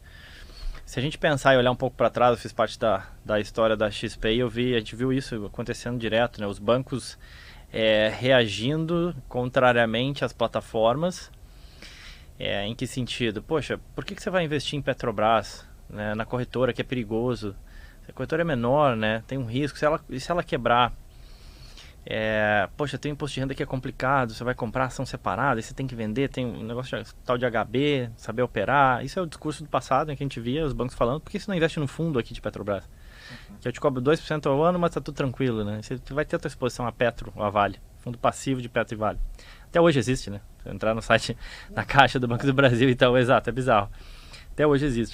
Se a gente pensar e olhar um pouco para trás, eu fiz parte da, da história da X P e eu vi, a gente viu isso acontecendo direto, né? Os bancos é, reagindo contrariamente às plataformas. É, em que sentido? Poxa, por que, que você vai investir em Petrobras, né, na corretora, que é perigoso? A corretora é menor, né, tem um risco, se ela, se ela quebrar, é, poxa, tem um imposto de renda que é complicado, você vai comprar ação separada, aí você tem que vender, tem um negócio de, tal de H B, saber operar. Isso é o discurso do passado, em que a gente via os bancos falando, por que você não investe no fundo aqui de Petrobras? Uhum. Que eu te cobro dois por cento ao ano, mas tá tudo tranquilo, né? Você vai ter a tua exposição a Petro ou a Vale, fundo passivo de Petro e Vale. Até hoje existe, né? Se entrar no site, na caixa do Banco do Brasil e tal, exato, é bizarro. Até hoje existe.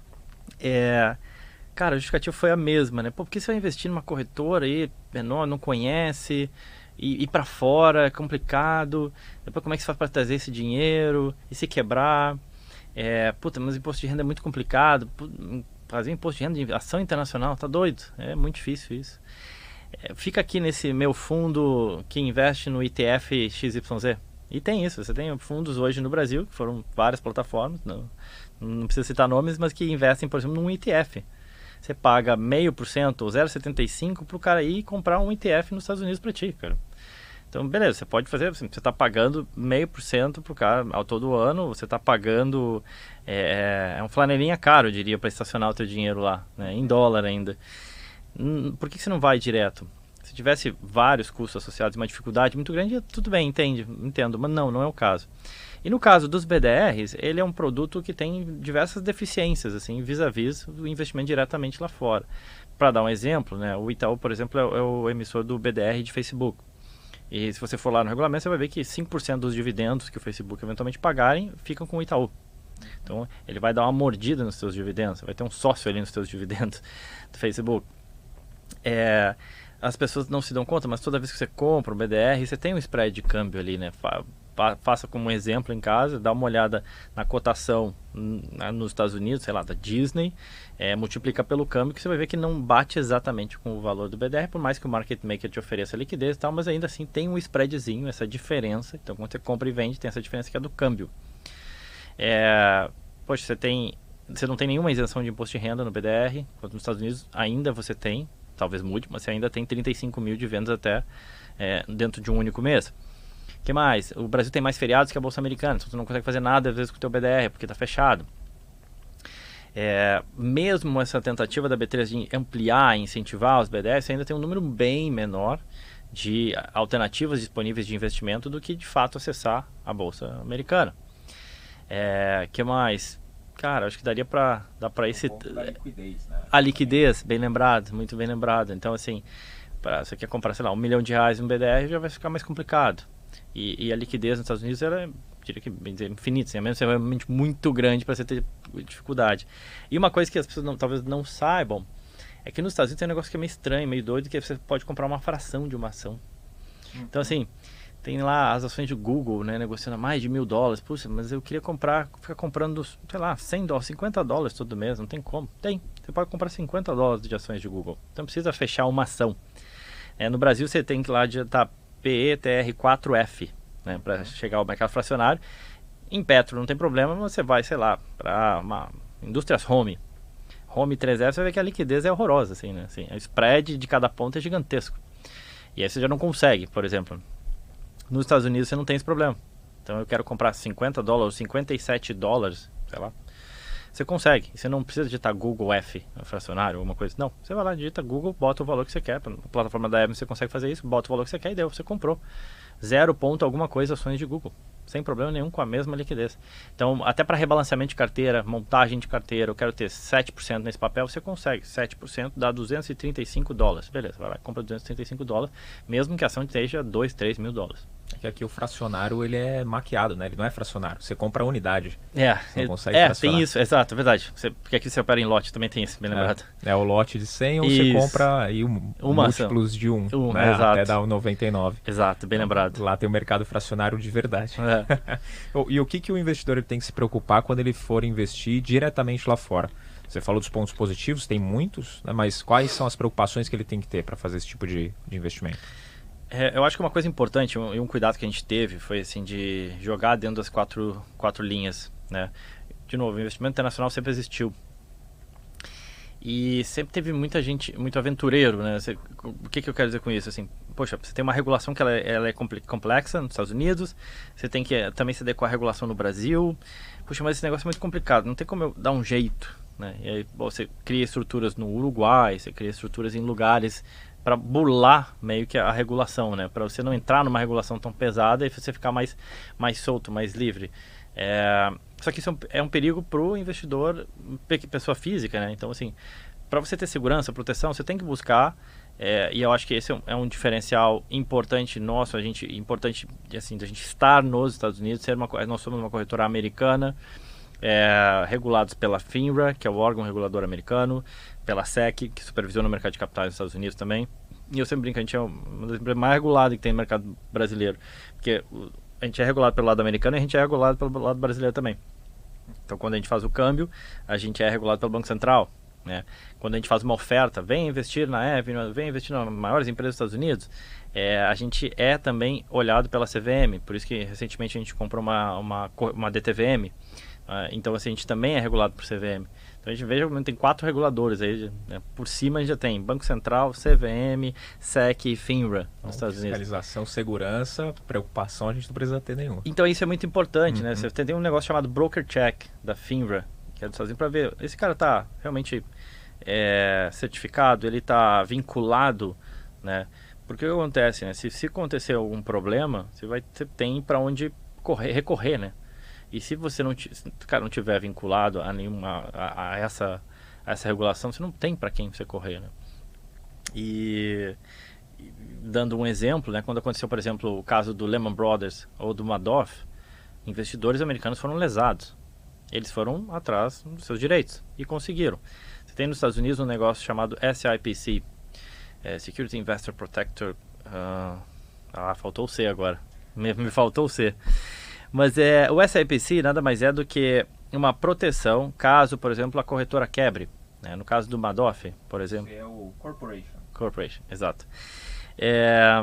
É, cara, a justificativa foi a mesma, né? Pô, por que você vai investir numa corretora aí, menor, não conhece, e ir para fora é complicado, depois como é que você faz para trazer esse dinheiro, e se quebrar? É, puta, mas o imposto de renda é muito complicado, fazer imposto de renda de ação internacional, tá doido? É muito difícil isso. É, fica aqui nesse meu fundo que investe no I T F X Y Z. E tem isso, você tem fundos hoje no Brasil, que foram várias plataformas, não, não precisa citar nomes, mas que investem, por exemplo, num I T F. Você paga meio por cento ou zero vírgula setenta e cinco para o cara ir comprar um I T F nos Estados Unidos para ti, cara. Então, beleza, você pode fazer, assim, você está pagando meio por cento para o cara ao todo ano, você está pagando, é, é um flanelinha caro, eu diria, para estacionar o teu dinheiro lá, né, em dólar ainda. Hum, por que, que você não vai direto? Se tivesse vários custos associados e uma dificuldade muito grande, tudo bem, entende, entendo, mas não, não é o caso. E no caso dos B D Rs, ele é um produto que tem diversas deficiências, assim, vis-à-vis o investimento diretamente lá fora. Para dar um exemplo, né, o Itaú, por exemplo, é, é o emissor do B D R de Facebook. E se você for lá no regulamento, você vai ver que cinco por cento dos dividendos que o Facebook eventualmente pagarem ficam com o Itaú. Então, ele vai dar uma mordida nos seus dividendos, vai ter um sócio ali nos seus dividendos do Facebook. É... As pessoas não se dão conta, mas toda vez que você compra um B D R, você tem um spread de câmbio ali, né? Fa faça como um exemplo em casa, dá uma olhada na cotação nos Estados Unidos, sei lá, da Disney, é, multiplica pelo câmbio, que você vai ver que não bate exatamente com o valor do B D R, por mais que o market maker te ofereça liquidez e tal, mas ainda assim tem um spreadzinho, essa diferença. Então, quando você compra e vende, tem essa diferença que é do câmbio. É, poxa, você tem, você não tem nenhuma isenção de imposto de renda no B D R, enquanto nos Estados Unidos ainda você tem. Talvez mude, mas você ainda tem trinta e cinco mil de vendas até é, dentro de um único mês. O que mais? O Brasil tem mais feriados que a Bolsa Americana, então você não consegue fazer nada às vezes com o teu B D R, porque está fechado. É, mesmo essa tentativa da B três de ampliar e incentivar os B D Rs, você ainda tem um número bem menor de alternativas disponíveis de investimento do que de fato acessar a Bolsa Americana. É, que mais? Cara, acho que daria para dar para esse a liquidez, né? A liquidez, bem lembrado, muito bem lembrado. Então, assim, pra, você quer comprar, sei lá, um milhão de reais em um B D R, já vai ficar mais complicado. E, e a liquidez nos Estados Unidos era, diria que, bem dizer, infinita, assim, a menos que seja realmente muito grande para você ter dificuldade. E uma coisa que as pessoas não, talvez não saibam é que nos Estados Unidos tem um negócio que é meio estranho, meio doido, que você pode comprar uma fração de uma ação. Então, assim, tem lá as ações do Google, né, negociando a mais de mil dólares. Puxa, mas eu queria comprar, ficar comprando, sei lá, cem dólares, cinquenta dólares todo mês, não tem como. Tem, você pode comprar cinquenta dólares de ações de Google. Então precisa fechar uma ação. É, no Brasil você tem que lá digitar P E T R quatro F, né, para chegar ao mercado fracionário. Em Petro não tem problema, mas você vai, sei lá, para uma Indústrias Home. Home três F, você vai ver que a liquidez é horrorosa, assim, né? Assim, o spread de cada ponto é gigantesco. E aí você já não consegue, por exemplo. Nos Estados Unidos você não tem esse problema. Então eu quero comprar cinquenta dólares, cinquenta e sete dólares, sei lá. Você consegue. Você não precisa digitar Google F, fracionário, alguma coisa. Não, você vai lá, digita Google, bota o valor que você quer. Na plataforma da Apple você consegue fazer isso, bota o valor que você quer e deu, você comprou. Zero ponto alguma coisa ações de Google. Sem problema nenhum, com a mesma liquidez. Então, até para rebalanceamento de carteira, montagem de carteira, eu quero ter sete por cento nesse papel, você consegue. sete por cento dá duzentos e trinta e cinco dólares. Beleza, vai lá, compra duzentos e trinta e cinco dólares, mesmo que a ação esteja dois, três mil dólares. É que aqui o fracionário, ele é maquiado, né? Ele não é fracionário. Você compra a unidade. É, você não consegue é fracionar. Tem isso, exato, é verdade. Você, porque aqui você opera em lote, também tem isso, bem lembrado. É, é o lote de cem ou isso. você compra aí um, Uma múltiplos ação. de um, um né? exato. Até dar o noventa e nove. Exato, bem lembrado. Lá tem o mercado fracionário de verdade. É. E o que, que o investidor tem que se preocupar quando ele for investir diretamente lá fora? Você falou dos pontos positivos, tem muitos, né? Mas quais são as preocupações que ele tem que ter para fazer esse tipo de, de investimento? É, eu acho que uma coisa importante e um, um cuidado que a gente teve foi assim de jogar dentro das quatro, quatro linhas, né? De novo, o investimento internacional sempre existiu. E sempre teve muita gente, muito aventureiro, né? Você, o que, que eu quero dizer com isso? Assim, poxa, você tem uma regulação que ela, ela é complexa nos Estados Unidos, você tem que também se adequar à regulação no Brasil. Puxa, mas esse negócio é muito complicado, não tem como eu dar um jeito, né? E aí você cria estruturas no Uruguai, você cria estruturas em lugares para burlar meio que a regulação, né? Para você não entrar numa regulação tão pesada e você ficar mais, mais solto, mais livre. É... Só que isso é um, é um perigo para o investidor, pessoa física, né? Então, assim, para você ter segurança, proteção, você tem que buscar, é, e eu acho que esse é um, é um diferencial importante nosso, a gente, importante, assim, da gente estar nos Estados Unidos, ser uma, nós somos uma corretora americana, é, regulados pela FINRA, que é o órgão regulador americano, pela S E C, que supervisiona o mercado de capitais nos Estados Unidos também. E eu sempre brinco, a gente é uma das empresas mais reguladas que tem no mercado brasileiro, porque a gente é regulado pelo lado americano e a gente é regulado pelo lado brasileiro também. Então, quando a gente faz o câmbio, a gente é regulado pelo Banco Central. né? Quando a gente faz uma oferta, vem investir na Avenue, vem investir nas maiores empresas dos Estados Unidos, é, a gente é também olhado pela C V M, por isso que recentemente a gente comprou uma, uma, uma D T V M, uh, então assim, a gente também é regulado por C V M. Então a gente veja que tem quatro reguladores aí, né? Por cima a gente já tem Banco Central, C V M, S E C e FINRA nos então, Estados Unidos. Fiscalização, segurança, preocupação a gente não precisa ter nenhuma. Então isso é muito importante, uhum. né? Você tem um negócio chamado Broker Check da FINRA, que é dos Estados Unidos, para ver, esse cara está realmente é, certificado, ele está vinculado, né? Porque o que acontece, né? Se, se acontecer algum problema, você vai você tem para onde correr, recorrer, né? E se você não, se o cara não tiver vinculado a nenhuma a, a essa a essa regulação, você não tem para quem você correr, né? E, e dando um exemplo, né? Quando aconteceu, por exemplo, o caso do Lehman Brothers ou do Madoff, investidores americanos foram lesados. Eles foram atrás dos seus direitos e conseguiram. Você tem nos Estados Unidos um negócio chamado S I P C, é, Security Investor Protector. Uh, ah, faltou o C agora. Me, me faltou o C. Mas é, o S I P C nada mais é do que uma proteção caso, por exemplo, a corretora quebre. Né? No caso do Madoff, por exemplo. É o Corporation. Corporation, exato. É,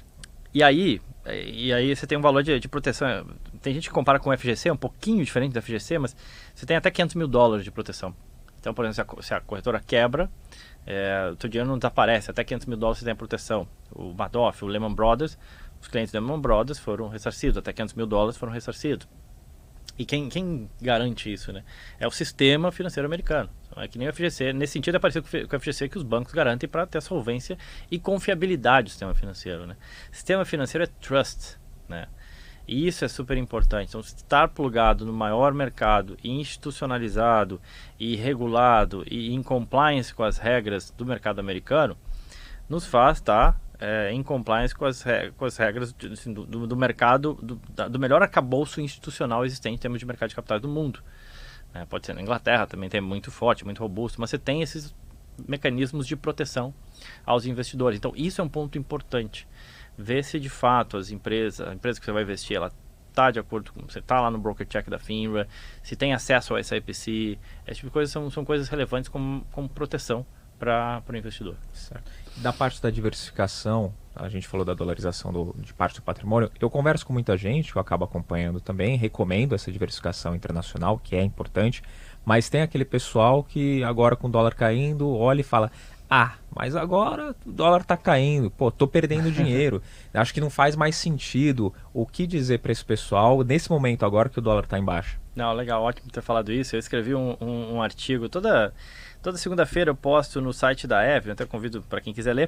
e aí... E aí você tem um valor de, de proteção. Tem gente que compara com o F G C, um pouquinho diferente do F G C, mas você tem até quinhentos mil dólares de proteção. Então, por exemplo, se a, se a corretora quebra, é, o teu dinheiro não desaparece, até quinhentos mil dólares você tem a proteção. O Madoff, o Lehman Brothers, os clientes do Lehman Brothers foram ressarcidos, até quinhentos mil dólares foram ressarcidos. E quem, quem garante isso, né? É o sistema financeiro americano. É que nem o F G C. Nesse sentido, é parecido com o F G C que os bancos garantem para ter solvência e confiabilidade do sistema financeiro, né? Sistema financeiro é trust, né? E isso é super importante. Então, estar plugado no maior mercado, institucionalizado e regulado e em compliance com as regras do mercado americano, nos faz estar é, em compliance com as, com as regras assim, do, do mercado, do, do melhor arcabouço institucional existente em termos de mercado de capitais do mundo. É, pode ser na Inglaterra, também tem muito forte, muito robusto, mas você tem esses mecanismos de proteção aos investidores. Então, isso é um ponto importante. Ver se de fato as empresas, a empresa que você vai investir, ela está de acordo com... Você está lá no Broker Check da FINRA, se tem acesso ao S I P C, esse tipo de coisa são, são coisas relevantes como, como proteção para o investidor. Certo. Da parte da diversificação, a gente falou da dolarização do, de parte do patrimônio. Eu converso com muita gente, que eu acabo acompanhando também, recomendo essa diversificação internacional, que é importante, mas tem aquele pessoal que agora com o dólar caindo, olha e fala, ah, mas agora o dólar está caindo, pô, tô perdendo dinheiro, acho que não faz mais sentido. O que dizer para esse pessoal nesse momento agora que o dólar está em baixa? Não, legal, ótimo ter falado isso. Eu escrevi um, um, um artigo, toda, toda segunda-feira eu posto no site da Avenue, até convido para quem quiser ler,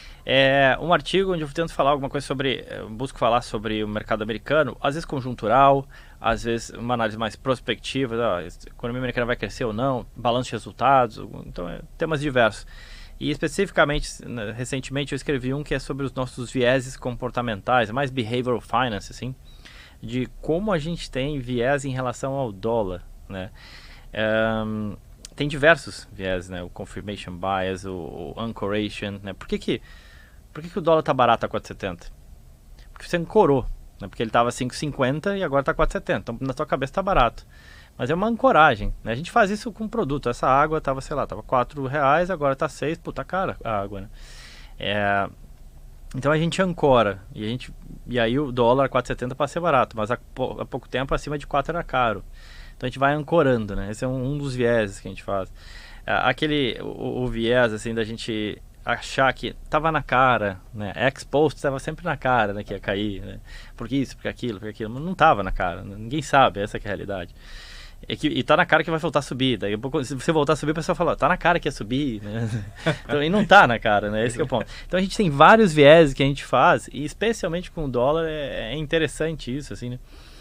é um artigo onde eu tento falar alguma coisa sobre, eu busco falar sobre o mercado americano, às vezes conjuntural, às vezes uma análise mais prospectiva, ó, a economia americana vai crescer ou não, balanço de resultados, então é, temas diversos. E especificamente, recentemente eu escrevi um que é sobre os nossos vieses comportamentais, mais behavioral finance, assim, de como a gente tem viés em relação ao dólar, né? Um, tem diversos viés, né? O confirmation bias, o, o anchoration, né? Por que que, por que que o dólar tá barato a quatro e setenta? Porque você ancorou, né? Porque ele tava cinco e cinquenta e agora tá quatro e setenta, então na tua cabeça tá barato. Mas é uma ancoragem, né? A gente faz isso com produto. Essa água tava, sei lá, tava quatro reais, agora tá seis, puta cara a água, né? É... Então a gente ancora, e, a gente... e aí o dólar quatro e setenta para ser barato, mas há, pou... há pouco tempo acima de quatro era caro. Então a gente vai ancorando, né? Esse é um, um dos vieses que a gente faz. Aquele, o, o viés, assim, da gente achar que tava na cara, né? Ex-post tava sempre na cara, né? Que ia cair, né? Porque isso, porque aquilo, porque aquilo. Mas não tava na cara, né? Ninguém sabe, essa que é a realidade. É que, e tá na cara que vai voltar a subir. Daí a pouco, se você voltar a subir, o pessoal fala, tá na cara que ia subir, né? Então, e não tá na cara, né? Esse que é o ponto. Então a gente tem vários vieses que a gente faz, e especialmente com o dólar é, é interessante isso, assim, né?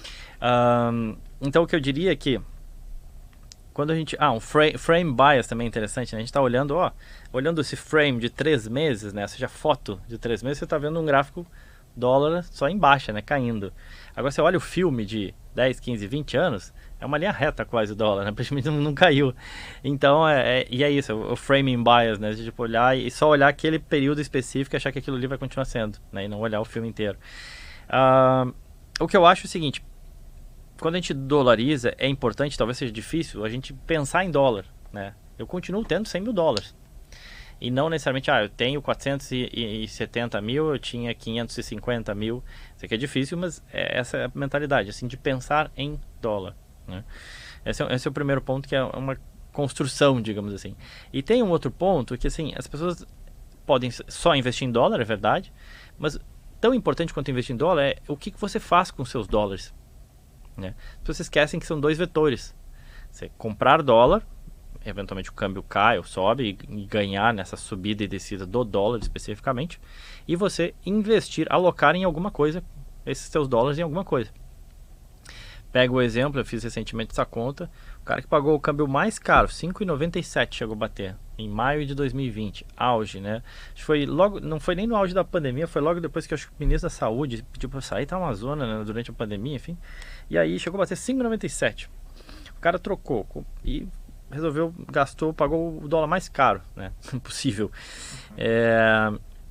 Um, então o que eu diria é que quando a gente... Ah, um frame, frame bias também é interessante, né? A gente tá olhando, ó, olhando esse frame de três meses, né? Ou seja, foto de três meses, você tá vendo um gráfico dólar só em baixa, né? Caindo. Agora você olha o filme de dez, quinze, vinte anos, é uma linha reta quase o dólar, né? Praticamente não, não caiu. Então, é, é, e é isso, o framing bias, né? De tipo, olhar e só olhar aquele período específico e achar que aquilo ali vai continuar sendo, né? E não olhar o filme inteiro. Uh, o que eu acho é o seguinte, quando a gente dolariza, é importante, talvez seja difícil, a gente pensar em dólar, né? eu continuo tendo cem mil dólares. E não necessariamente, ah, eu tenho quatrocentos e setenta mil, eu tinha quinhentos e cinquenta mil. Isso aqui é difícil, mas é essa é a mentalidade, assim, de pensar em dólar, né? Esse é, esse é o primeiro ponto, que é uma construção, digamos assim. E tem um outro ponto que, assim, as pessoas podem só investir em dólar, é verdade, mas tão importante quanto investir em dólar é o que, que você faz com seus dólares, né? As pessoas esquecem que são dois vetores. Você comprar dólar, eventualmente o câmbio cai ou sobe e ganhar nessa subida e descida do dólar especificamente, e você investir, alocar em alguma coisa, esses seus dólares em alguma coisa. Pega o exemplo, eu fiz recentemente essa conta, o cara que pagou o câmbio mais caro, cinco reais e noventa e sete chegou a bater, em maio de dois mil e vinte, auge, né? Acho que foi logo, não foi nem no auge da pandemia, foi logo depois que, acho que o ministro da Saúde pediu para sair, tá uma zona, né, durante a pandemia, enfim, e aí chegou a bater cinco reais e noventa e sete. O cara trocou e resolveu, gastou, pagou o dólar mais caro, né, possível. É,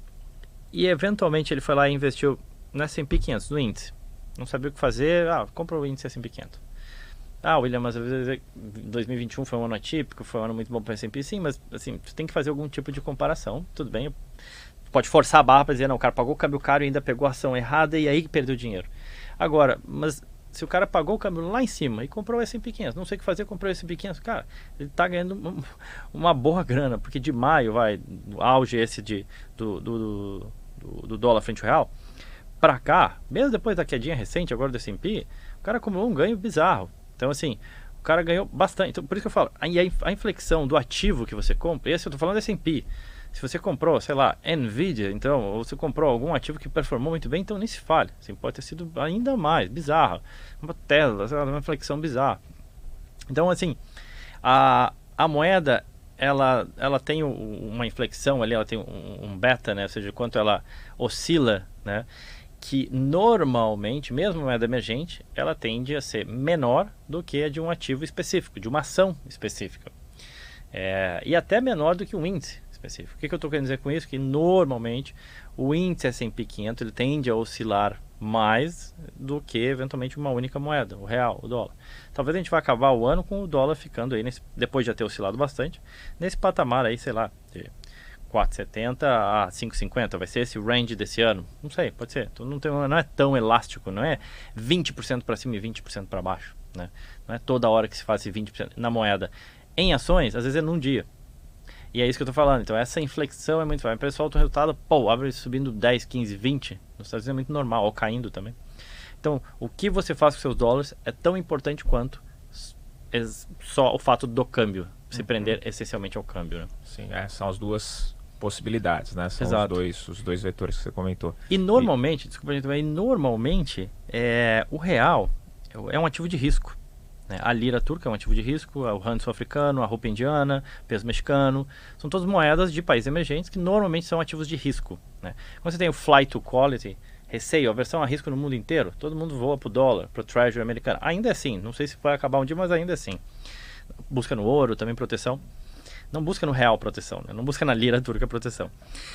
e eventualmente ele foi lá e investiu no S and P quinhentos, no índice. Não sabia o que fazer, ah, compra o índice S and P quinhentos. Ah, William, mas dois mil e vinte e um foi um ano atípico, foi um ano muito bom para o S and P, sim, mas assim, você tem que fazer algum tipo de comparação, tudo bem. Pode forçar a barra para dizer, não, o cara pagou o câmbio caro e ainda pegou a ação errada e aí perdeu dinheiro. Agora, mas se o cara pagou o câmbio lá em cima e comprou o S and P quinhentos, não sei o que fazer, comprou o S and P quinhentos, cara, ele está ganhando uma, uma boa grana, porque de maio, vai, no auge esse de, do, do, do, do dólar frente ao real, para cá, mesmo depois da quedinha recente agora do S and P, o cara acumulou um ganho bizarro. Então, assim, o cara ganhou bastante. Então, por isso que eu falo, a, a inflexão do ativo que você compra, esse eu estou falando do S and P. Se você comprou, sei lá, Nvidia, então, ou você comprou algum ativo que performou muito bem, então nem se fale. Assim, pode ter sido ainda mais bizarro. Uma Tesla, sei lá, uma inflexão bizarra. Então, assim, a, a moeda, ela, ela tem uma inflexão ali, ela tem um, um beta, né? Ou seja, quanto ela oscila, né? Que normalmente, mesmo moeda emergente, ela tende a ser menor do que a de um ativo específico, de uma ação específica. É, e até menor do que um índice específico. O que, que eu estou querendo dizer com isso? Que normalmente o índice S and P quinhentos ele tende a oscilar mais do que eventualmente uma única moeda, o real, o dólar. Talvez a gente vai acabar o ano com o dólar ficando aí, nesse, depois de já ter oscilado bastante, nesse patamar aí, sei lá, de quatro e setenta a cinco e cinquenta, vai ser esse o range desse ano? Não sei, pode ser. Então, não, tem, não é tão elástico, não é vinte por cento para cima e vinte por cento para baixo, né? Não é toda hora que se faz esse vinte por cento na moeda. Em ações, às vezes é num dia. E é isso que eu estou falando. Então essa inflexão é muito forte. O pessoal do resultado, pô, abre subindo dez, quinze, vinte. Nos Estados Unidos é muito normal, ou caindo também. Então, o que você faz com seus dólares é tão importante quanto só o fato do câmbio. Se uhum. prender essencialmente ao câmbio, né? Sim, é, são as duas possibilidades, né? São Exato. os dois, os dois vetores que você comentou. E normalmente, e... desculpa, gente, e normalmente é, o real é um ativo de risco. Né? A lira turca é um ativo de risco, o rand sul-africano, a rupiah indiana, peso mexicano, são todas moedas de países emergentes que normalmente são ativos de risco. Né? Quando você tem o flight to quality, receio, aversão a risco no mundo inteiro, todo mundo voa para o dólar, para o treasury americano. Ainda é assim, não sei se vai acabar um dia, mas ainda é assim. Busca no ouro também proteção. Não busca no real proteção, né? Não busca na lira turca proteção.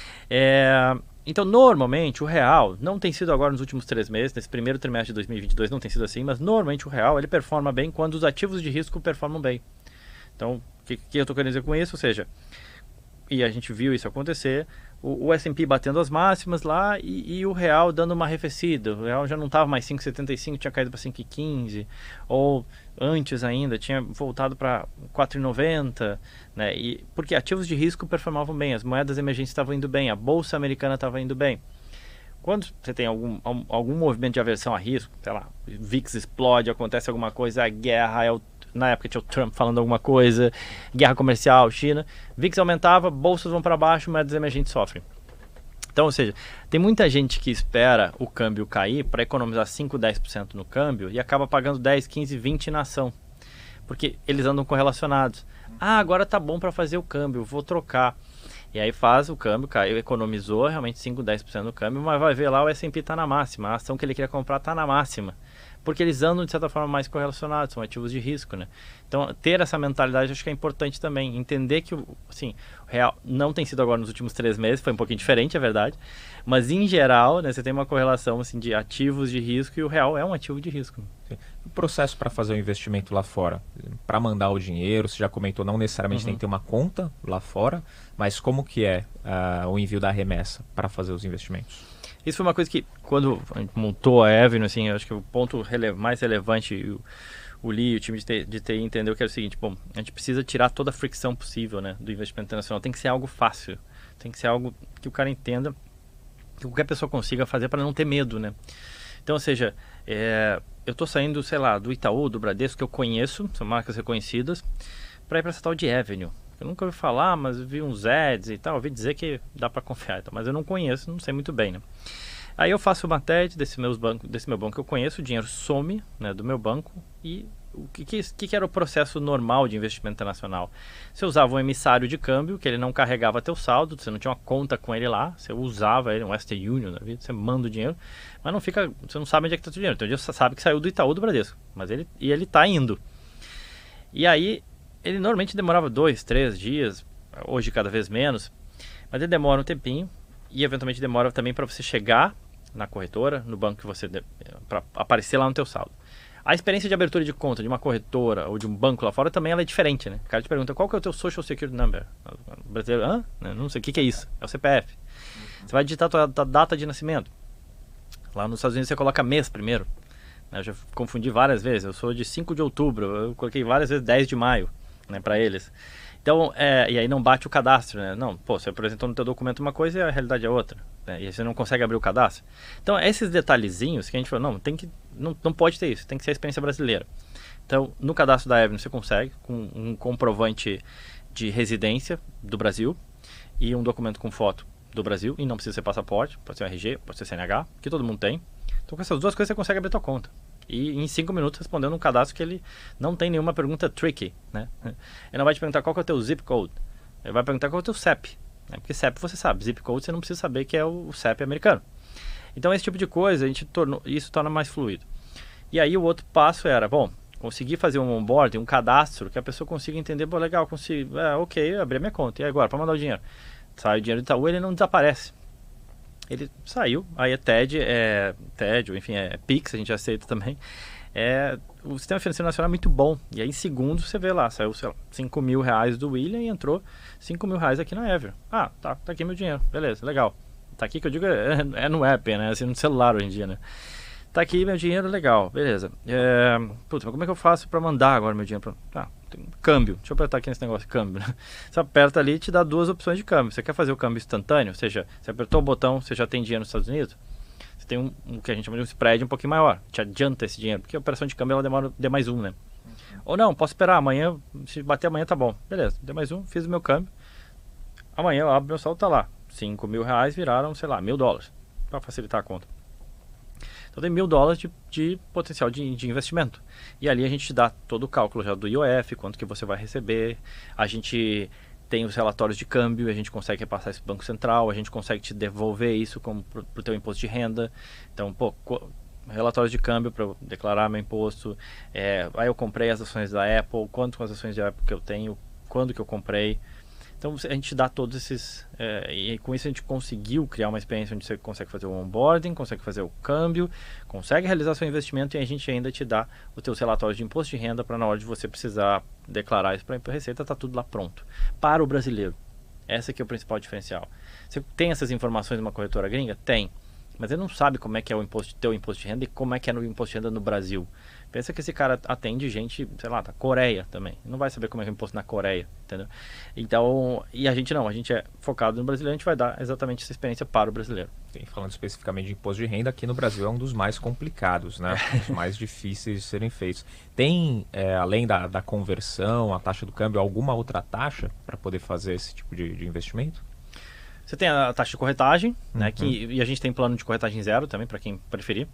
É, então, normalmente, o real não tem sido agora nos últimos três meses, nesse primeiro trimestre de dois mil e vinte e dois não tem sido assim, mas normalmente o real ele performa bem quando os ativos de risco performam bem. Então, o que, que eu estou querendo dizer com isso? Ou seja, e a gente viu isso acontecer, o, o S and P batendo as máximas lá e, e o real dando uma arrefecida. O real já não estava mais cinco e setenta e cinco, tinha caído para cinco e quinze, ou antes ainda tinha voltado para quatro e noventa, né? E porque ativos de risco performavam bem, as moedas emergentes estavam indo bem, a bolsa americana estava indo bem. Quando você tem algum, algum movimento de aversão a risco, sei lá, o V I X explode, acontece alguma coisa, a guerra, é o, na época tinha o Trump falando alguma coisa, guerra comercial, China, V I X aumentava, bolsas vão para baixo, moedas emergentes sofrem. Então, ou seja, tem muita gente que espera o câmbio cair para economizar cinco, dez por cento no câmbio e acaba pagando dez, quinze, vinte na ação. Porque eles andam correlacionados. Ah, agora tá bom para fazer o câmbio, vou trocar. E aí faz o câmbio, caiu, economizou realmente cinco, dez por cento no câmbio, mas vai ver lá o S and P tá na máxima, a ação que ele queria comprar tá na máxima. porque eles andam de certa forma mais correlacionados, são ativos de risco, né? Então, ter essa mentalidade acho que é importante também, entender que assim, o real não tem sido agora nos últimos três meses, foi um pouquinho diferente, é verdade, mas em geral, né, você tem uma correlação assim, de ativos de risco e o real é um ativo de risco. Sim. O processo para fazer o investimento lá fora, para mandar o dinheiro, você já comentou, não necessariamente uhum. tem que ter uma conta lá fora, mas como que é uh, o envio da remessa para fazer os investimentos? Isso foi uma coisa que, quando a gente montou a Avenue, assim, eu acho que o ponto rele- mais relevante, o, o Lee e o time de T, de T I entendeu que era o seguinte, bom, a gente precisa tirar toda a fricção possível, né, do investimento internacional. Tem que ser algo fácil, tem que ser algo que o cara entenda, que qualquer pessoa consiga fazer para não ter medo, né. Então, ou seja, é, eu estou saindo, sei lá, do Itaú, do Bradesco, que eu conheço, são marcas reconhecidas, para ir para essa tal de Avenue. Eu nunca ouvi falar, mas vi uns ads e tal, ouvi dizer que dá para confiar, então, mas eu não conheço, não sei muito bem, né. Aí eu faço uma T E D desse, meus banco, desse meu banco que eu conheço, o dinheiro some, né, do meu banco, e o que, que, que era o processo normal de investimento internacional? Você usava um emissário de câmbio, que ele não carregava teu saldo, você não tinha uma conta com ele lá, você usava ele, um Western Union da vida, você manda o dinheiro, mas não fica, você não sabe onde é que está o dinheiro, então você sabe que saiu do Itaú do Bradesco, mas ele, e ele está indo. E aí, ele normalmente demorava dois, três dias, hoje cada vez menos, mas ele demora um tempinho, e eventualmente demora também para você chegar na corretora, no banco que você... para aparecer lá no teu saldo. A experiência de abertura de conta de uma corretora ou de um banco lá fora também ela é diferente, né? O cara te pergunta, qual que é o teu Social Security Number? O brasileiro, hã? Não sei, o que, que é isso? É o C P F. Você vai digitar a tua, tua data de nascimento. Lá nos Estados Unidos você coloca mês primeiro. Eu já confundi várias vezes. Eu sou de cinco de outubro, eu coloquei várias vezes dez de maio, né, para eles. Então, é, e aí não bate o cadastro, né? Não, pô, você apresentou no teu documento uma coisa e a realidade é outra, né? E aí você não consegue abrir o cadastro. Então, esses detalhezinhos que a gente falou, não, tem que, não, não pode ter isso, tem que ser a experiência brasileira. Então, no cadastro da Avenue você consegue, com um comprovante de residência do Brasil e um documento com foto do Brasil, e não precisa ser passaporte, pode ser um R G, pode ser C N H, que todo mundo tem. Então, com essas duas coisas você consegue abrir tua conta. E em cinco minutos respondendo um cadastro que ele não tem nenhuma pergunta tricky, né? Ele não vai te perguntar qual que é o teu zip code. Ele vai perguntar qual é o teu C E P. Né? Porque C E P você sabe, zip code você não precisa saber que é o C E P americano. Então esse tipo de coisa, a gente tornou, isso torna mais fluido. E aí o outro passo era, bom, conseguir fazer um onboarding, um cadastro, que a pessoa consiga entender, pô, legal, consigo, é, ok, abri a minha conta. E agora, para mandar o dinheiro? Sai o dinheiro do Itaú, ele não desaparece. Ele saiu, aí é T E D, é T E D, ou enfim, é Pix, a gente aceita também. É, o sistema financeiro nacional é muito bom. E aí em segundos você vê lá, saiu, sei lá, cinco mil reais do William e entrou cinco mil reais aqui na Avenue. Ah, tá, tá aqui meu dinheiro, beleza, legal. Tá aqui que eu digo, é, é no app, né, assim, no celular hoje em dia, né. Tá aqui meu dinheiro, legal, beleza. É, putz, mas como é que eu faço pra mandar agora meu dinheiro? Pra... Tá, tem um câmbio, deixa eu apertar aqui nesse negócio, câmbio, né? Você aperta ali e te dá duas opções de câmbio. Você quer fazer o câmbio instantâneo, ou seja, você apertou o botão, você já tem dinheiro nos Estados Unidos, você tem um, um que a gente chama de um spread um pouquinho maior, te adianta esse dinheiro, porque a operação de câmbio ela demora D mais um, né? Uhum. Ou não, posso esperar, amanhã, se bater amanhã tá bom, beleza, D mais um, fiz o meu câmbio, amanhã eu abro meu saldo, tá lá, cinco mil reais viraram, sei lá, mil dólares, para facilitar a conta. Então tem mil dólares de, de potencial de, de investimento. E ali a gente dá todo o cálculo já do I O F, quanto que você vai receber. A gente tem os relatórios de câmbio, a gente consegue repassar isso para o Banco Central, a gente consegue te devolver isso para o teu imposto de renda. Então, pô, relatórios de câmbio para eu declarar meu imposto. É, aí eu comprei as ações da Apple, quanto as ações da Apple que eu tenho, quando que eu comprei. Então a gente dá todos esses, é, e com isso a gente conseguiu criar uma experiência onde você consegue fazer o onboarding, consegue fazer o câmbio, consegue realizar seu investimento e a gente ainda te dá os teus relatórios de imposto de renda para na hora de você precisar declarar isso para a Receita, tá tudo lá pronto. Para o brasileiro, esse aqui é o principal diferencial. Você tem essas informações numa corretora gringa? Tem. Mas ele não sabe como é que é o imposto, teu imposto de renda e como é que é no imposto de renda no Brasil. Pensa que esse cara atende gente, sei lá, da Coreia também. Não vai saber como é que é o imposto na Coreia, entendeu? Então, e a gente não, a gente é focado no brasileiro, a gente vai dar exatamente essa experiência para o brasileiro. Sim, falando especificamente de imposto de renda, aqui no Brasil é um dos mais complicados, né? Os mais difíceis de serem feitos. Tem, é, além da, da conversão, a taxa do câmbio, alguma outra taxa para poder fazer esse tipo de, de investimento? Você tem a taxa de corretagem, uhum. né, que, e a gente tem plano de corretagem zero também, para quem preferir.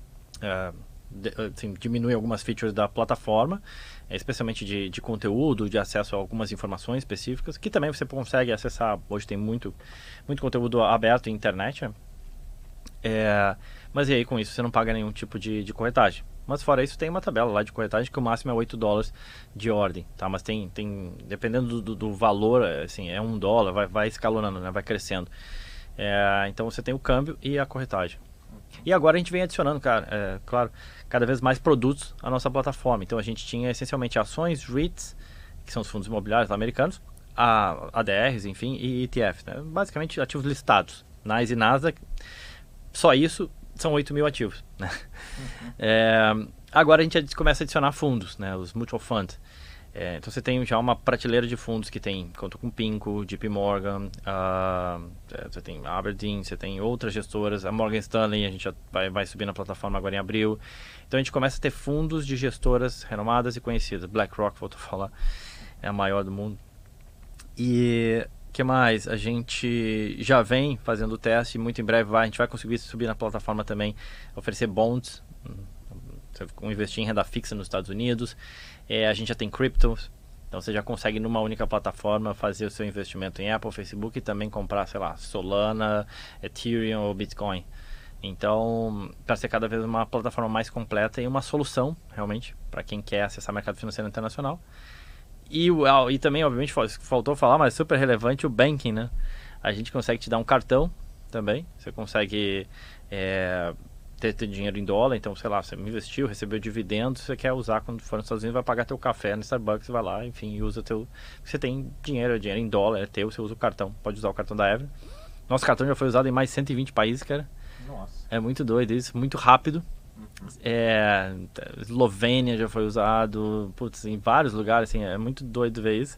É, de, assim, diminui algumas features da plataforma, especialmente de, de conteúdo, de acesso a algumas informações específicas, que também você consegue acessar. Hoje tem muito, muito conteúdo aberto em internet, né? É, mas e aí com isso você não paga nenhum tipo de, de corretagem. Mas fora isso tem uma tabela lá de corretagem que o máximo é oito dólares de ordem, tá? Mas tem, tem dependendo do, do, do valor, assim, é um dólar, vai, vai escalonando, né? Vai crescendo. É, então você tem o câmbio e a corretagem. E agora a gente vem adicionando, cara, é, claro, cada vez mais produtos à nossa plataforma. Então a gente tinha essencialmente ações, REITs, que são os fundos imobiliários americanos, a, A D Rs, enfim, e E T Fs, né? Basicamente ativos listados, N Y S e Nasdaq. Só isso são oito mil ativos, né? Uhum. É, agora a gente começa a adicionar fundos, né? Os mutual funds. É, então você tem já uma prateleira de fundos que tem conta com Pinco, J P Morgan, uh, você tem Aberdeen, você tem outras gestoras, a Morgan Stanley, a gente já vai, vai subir na plataforma agora em abril. Então a gente começa a ter fundos de gestoras renomadas e conhecidas. BlackRock, volto a falar, é a maior do mundo. E o que mais? A gente já vem fazendo o teste, muito em breve vai, a gente vai conseguir subir na plataforma também, oferecer bonds, investir em renda fixa nos Estados Unidos. É, a gente já tem criptos, então você já consegue numa única plataforma fazer o seu investimento em Apple, Facebook e também comprar, sei lá, Solana, Ethereum ou Bitcoin. Então, para ser cada vez uma plataforma mais completa e uma solução, realmente, para quem quer acessar mercado financeiro internacional. E, e também, obviamente, faltou falar, mas super relevante, o banking, né? A gente consegue te dar um cartão também, você consegue... É, Ter, ter dinheiro em dólar, então, sei lá, você investiu, recebeu dividendos, você quer usar quando for nos Estados Unidos, vai pagar teu café no Starbucks, vai lá, enfim, e usa teu... Você tem dinheiro, dinheiro em dólar, é teu, você usa o cartão, pode usar o cartão da Evelyn. Nosso cartão já foi usado em mais de cento e vinte países, cara. Nossa. É muito doido isso, muito rápido. Uhum. É, Eslovênia já foi usado, putz, em vários lugares, assim, é muito doido ver isso.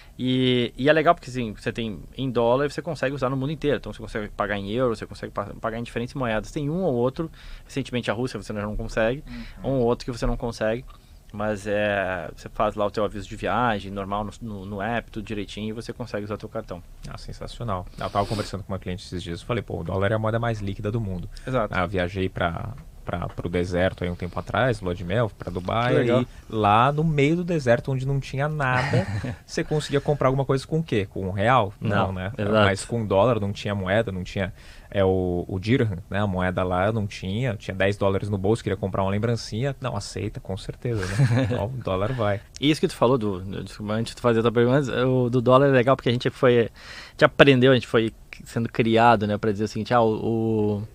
E, e é legal porque assim, você tem em dólar e você consegue usar no mundo inteiro. Então você consegue pagar em euro, você consegue pagar em diferentes moedas. Tem um ou outro, recentemente a Rússia você não consegue, uhum. um ou outro que você não consegue. Mas é, você faz lá o teu aviso de viagem, normal no, no, no app, tudo direitinho, e você consegue usar o teu cartão. Ah, sensacional. Eu estava conversando com uma cliente esses dias, eu falei, pô, o dólar é a moeda mais líquida do mundo. Exato. Ah, eu viajei para... para o deserto aí um tempo atrás, lua de mel, para Dubai, e lá no meio do deserto onde não tinha nada, você conseguia comprar alguma coisa com o quê? Com um real? Não, não né? Exato. Mas com dólar não tinha moeda, não tinha é o, o dirham, né? A moeda lá não tinha, tinha dez dólares no bolso, queria comprar uma lembrancinha, não, aceita, com certeza, né? Então, o dólar vai. E isso que tu falou, do, desculpa, antes de fazer a tua pergunta, o do dólar é legal porque a gente foi, a gente aprendeu, a gente foi sendo criado, né, para dizer o seguinte, ah, o... o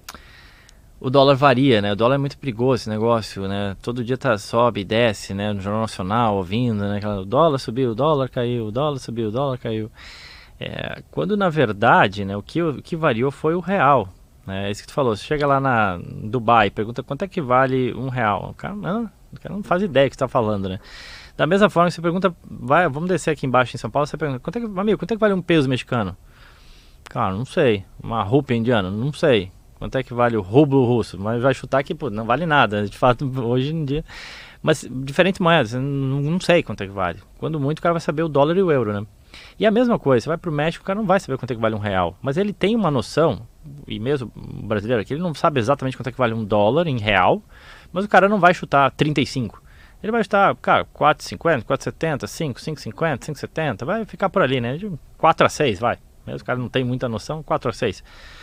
O dólar varia, né? O dólar é muito perigoso esse negócio, né? Todo dia tá, sobe e desce, né? No Jornal Nacional, ouvindo, né? O dólar subiu, o dólar caiu, o dólar subiu, o dólar caiu. É, quando, na verdade, né? O que, o que variou foi o real, né? É isso que tu falou. Você chega lá na Dubai, pergunta quanto é que vale um real. O cara não, o cara não faz ideia do que você tá falando, né? Da mesma forma que você pergunta, vai, vamos descer aqui embaixo em São Paulo, você pergunta, quanto é que, amigo, quanto é que vale um peso mexicano? Cara, não sei. Uma rúpia indiana? Não sei. Quanto é que vale o rublo russo? Mas vai chutar que, pô, não vale nada, de fato, hoje em dia. Mas diferentes moedas, não, não sei quanto é que vale. Quando muito, o cara vai saber o dólar e o euro, né? E a mesma coisa, você vai pro México, o cara não vai saber quanto é que vale um real. Mas ele tem uma noção, e mesmo o brasileiro aqui, ele não sabe exatamente quanto é que vale um dólar em real, mas o cara não vai chutar trinta e cinco. Ele vai chutar, cara, quatro e cinquenta, quatro e setenta, cinco, cinco e cinquenta, cinco e setenta, vai ficar por ali, né? De quatro a seis, vai. Mesmo o cara não tem muita noção, quatro a seis.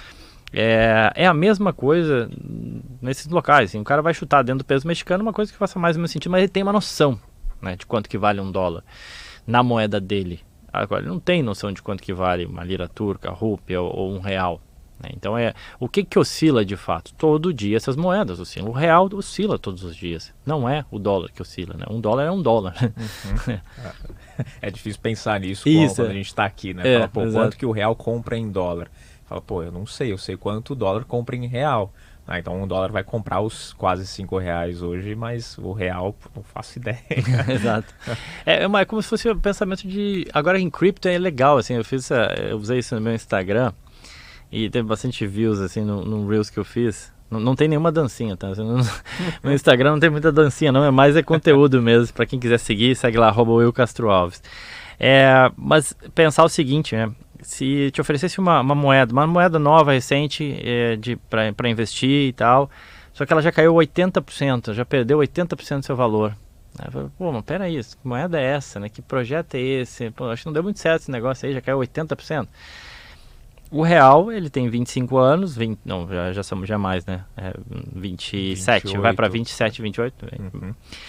É, é a mesma coisa nesses locais, assim, o cara vai chutar dentro do peso mexicano uma coisa que faça mais ou menos sentido, mas ele tem uma noção, né, de quanto que vale um dólar na moeda dele. Agora, ele não tem noção de quanto que vale uma lira turca, rúpia ou, ou um real, né? Então, é, o que que oscila de fato? Todo dia essas moedas oscilam. O real oscila todos os dias, não é o dólar que oscila, né? Um dólar é um dólar. Uhum. É difícil pensar nisso Isso, quando é. a gente está aqui, né? É, Fala, pô, exato. quanto que o real compra em dólar? Fala, pô, eu não sei, eu sei quanto o dólar compra em real. Ah, então o dólar vai comprar os quase cinco reais hoje, mas o real, não faço ideia. Exato. É, uma, é como se fosse o pensamento de... Agora em cripto é legal, assim, eu, fiz essa, eu usei isso no meu Instagram e teve bastante views, assim, no, no Reels que eu fiz. Não, não tem nenhuma dancinha, tá? Não, no Instagram não tem muita dancinha, não, é mais é conteúdo mesmo. Para quem quiser seguir, segue lá, arroba Will Castro Alves. É, mas pensar o seguinte, né? Se te oferecesse uma, uma moeda, uma moeda nova, recente, é, para investir e tal, só que ela já caiu oitenta por cento, já perdeu oitenta por cento do seu valor. Aí eu falei, pô, mas peraí, que moeda é essa, né? Que projeto é esse? Pô, acho que não deu muito certo esse negócio aí, já caiu oitenta por cento. O real, ele tem vinte e cinco anos, vinte, não, já, já somos já mais, né? É, vinte e sete, vinte e oito. Vai para vinte e sete, vinte e oito. Uhum.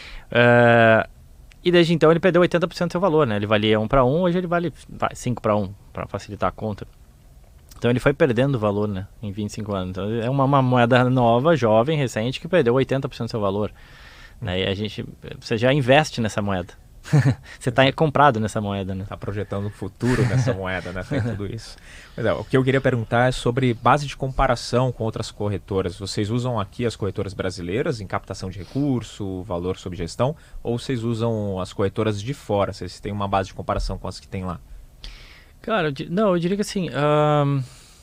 Uh, e desde então ele perdeu oitenta por cento do seu valor, né? Ele valia um para um, hoje ele vale cinco para um, para facilitar a conta. Então ele foi perdendo valor, né? Em vinte e cinco anos. Então é uma, uma moeda nova, jovem, recente, que perdeu oitenta por cento do seu valor. Uhum. Né? E a gente, você já investe nessa moeda. Você está comprado nessa moeda, né? Está projetando o futuro nessa moeda, né? Tem tudo isso. Mas é, o que eu queria perguntar é sobre base de comparação com outras corretoras. Vocês usam aqui as corretoras brasileiras em captação de recurso, valor sob gestão, ou vocês usam as corretoras de fora? Vocês têm uma base de comparação com as que tem lá? Cara, eu, não, eu diria que assim, um,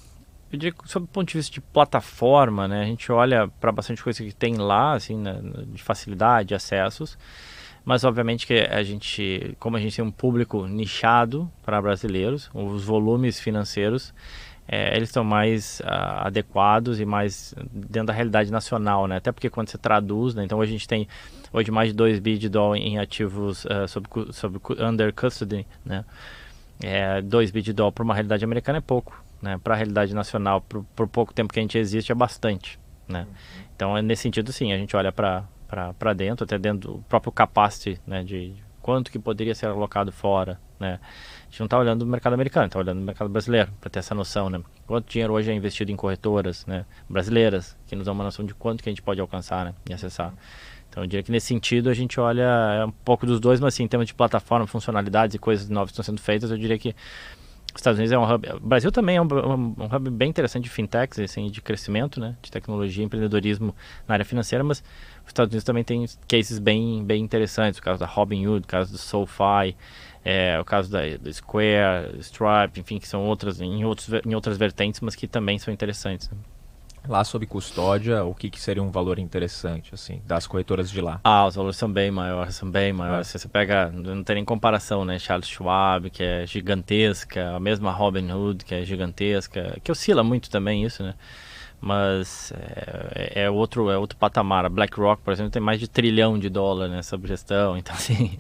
eu diria que sob o ponto de vista de plataforma, né? A gente olha para bastante coisa que tem lá, assim, né, de facilidade, de acessos. Mas obviamente que a gente, como a gente tem um público nichado para brasileiros, os volumes financeiros, é, eles estão mais uh, adequados e mais dentro da realidade nacional, né? Até porque quando você traduz, né? Então hoje a gente tem hoje mais de dois bi de dólar em ativos uh, sob, sob under custody, né? É, dois bi de dólar para uma realidade americana é pouco, né? Para a realidade nacional, por, por pouco tempo que a gente existe, é bastante, né? Então, nesse sentido, sim, a gente olha para para dentro, até dentro do próprio capacity, né, de quanto que poderia ser alocado fora, né. A gente não está olhando no mercado americano, está olhando no mercado brasileiro, para ter essa noção, né. Quanto dinheiro hoje é investido em corretoras, né, brasileiras, que nos dão uma noção de quanto que a gente pode alcançar, né, e acessar. Então, eu diria que nesse sentido a gente olha um pouco dos dois, mas assim, em termos de plataforma, funcionalidades e coisas novas que estão sendo feitas, eu diria que os Estados Unidos é um hub, o Brasil também é um, um, um hub bem interessante de fintechs, assim, de crescimento, né, de tecnologia, empreendedorismo na área financeira, mas os Estados Unidos também tem cases bem, bem interessantes, o caso da Robinhood, o caso do SoFi, é, o caso da, do Square, Stripe, enfim, que são outras, em, outros, em outras vertentes, mas que também são interessantes, né? Lá sob custódia, o que, que seria um valor interessante, assim, das corretoras de lá? Ah, os valores são bem maiores, são bem maiores. É. Você pega, não tem nem comparação, né? Charles Schwab, que é gigantesca, a mesma Robinhood, que é gigantesca, que oscila muito também isso, né? Mas é, é, outro, é outro patamar. A BlackRock, por exemplo, tem mais de trilhão de dólar, né, sob gestão. Então, assim,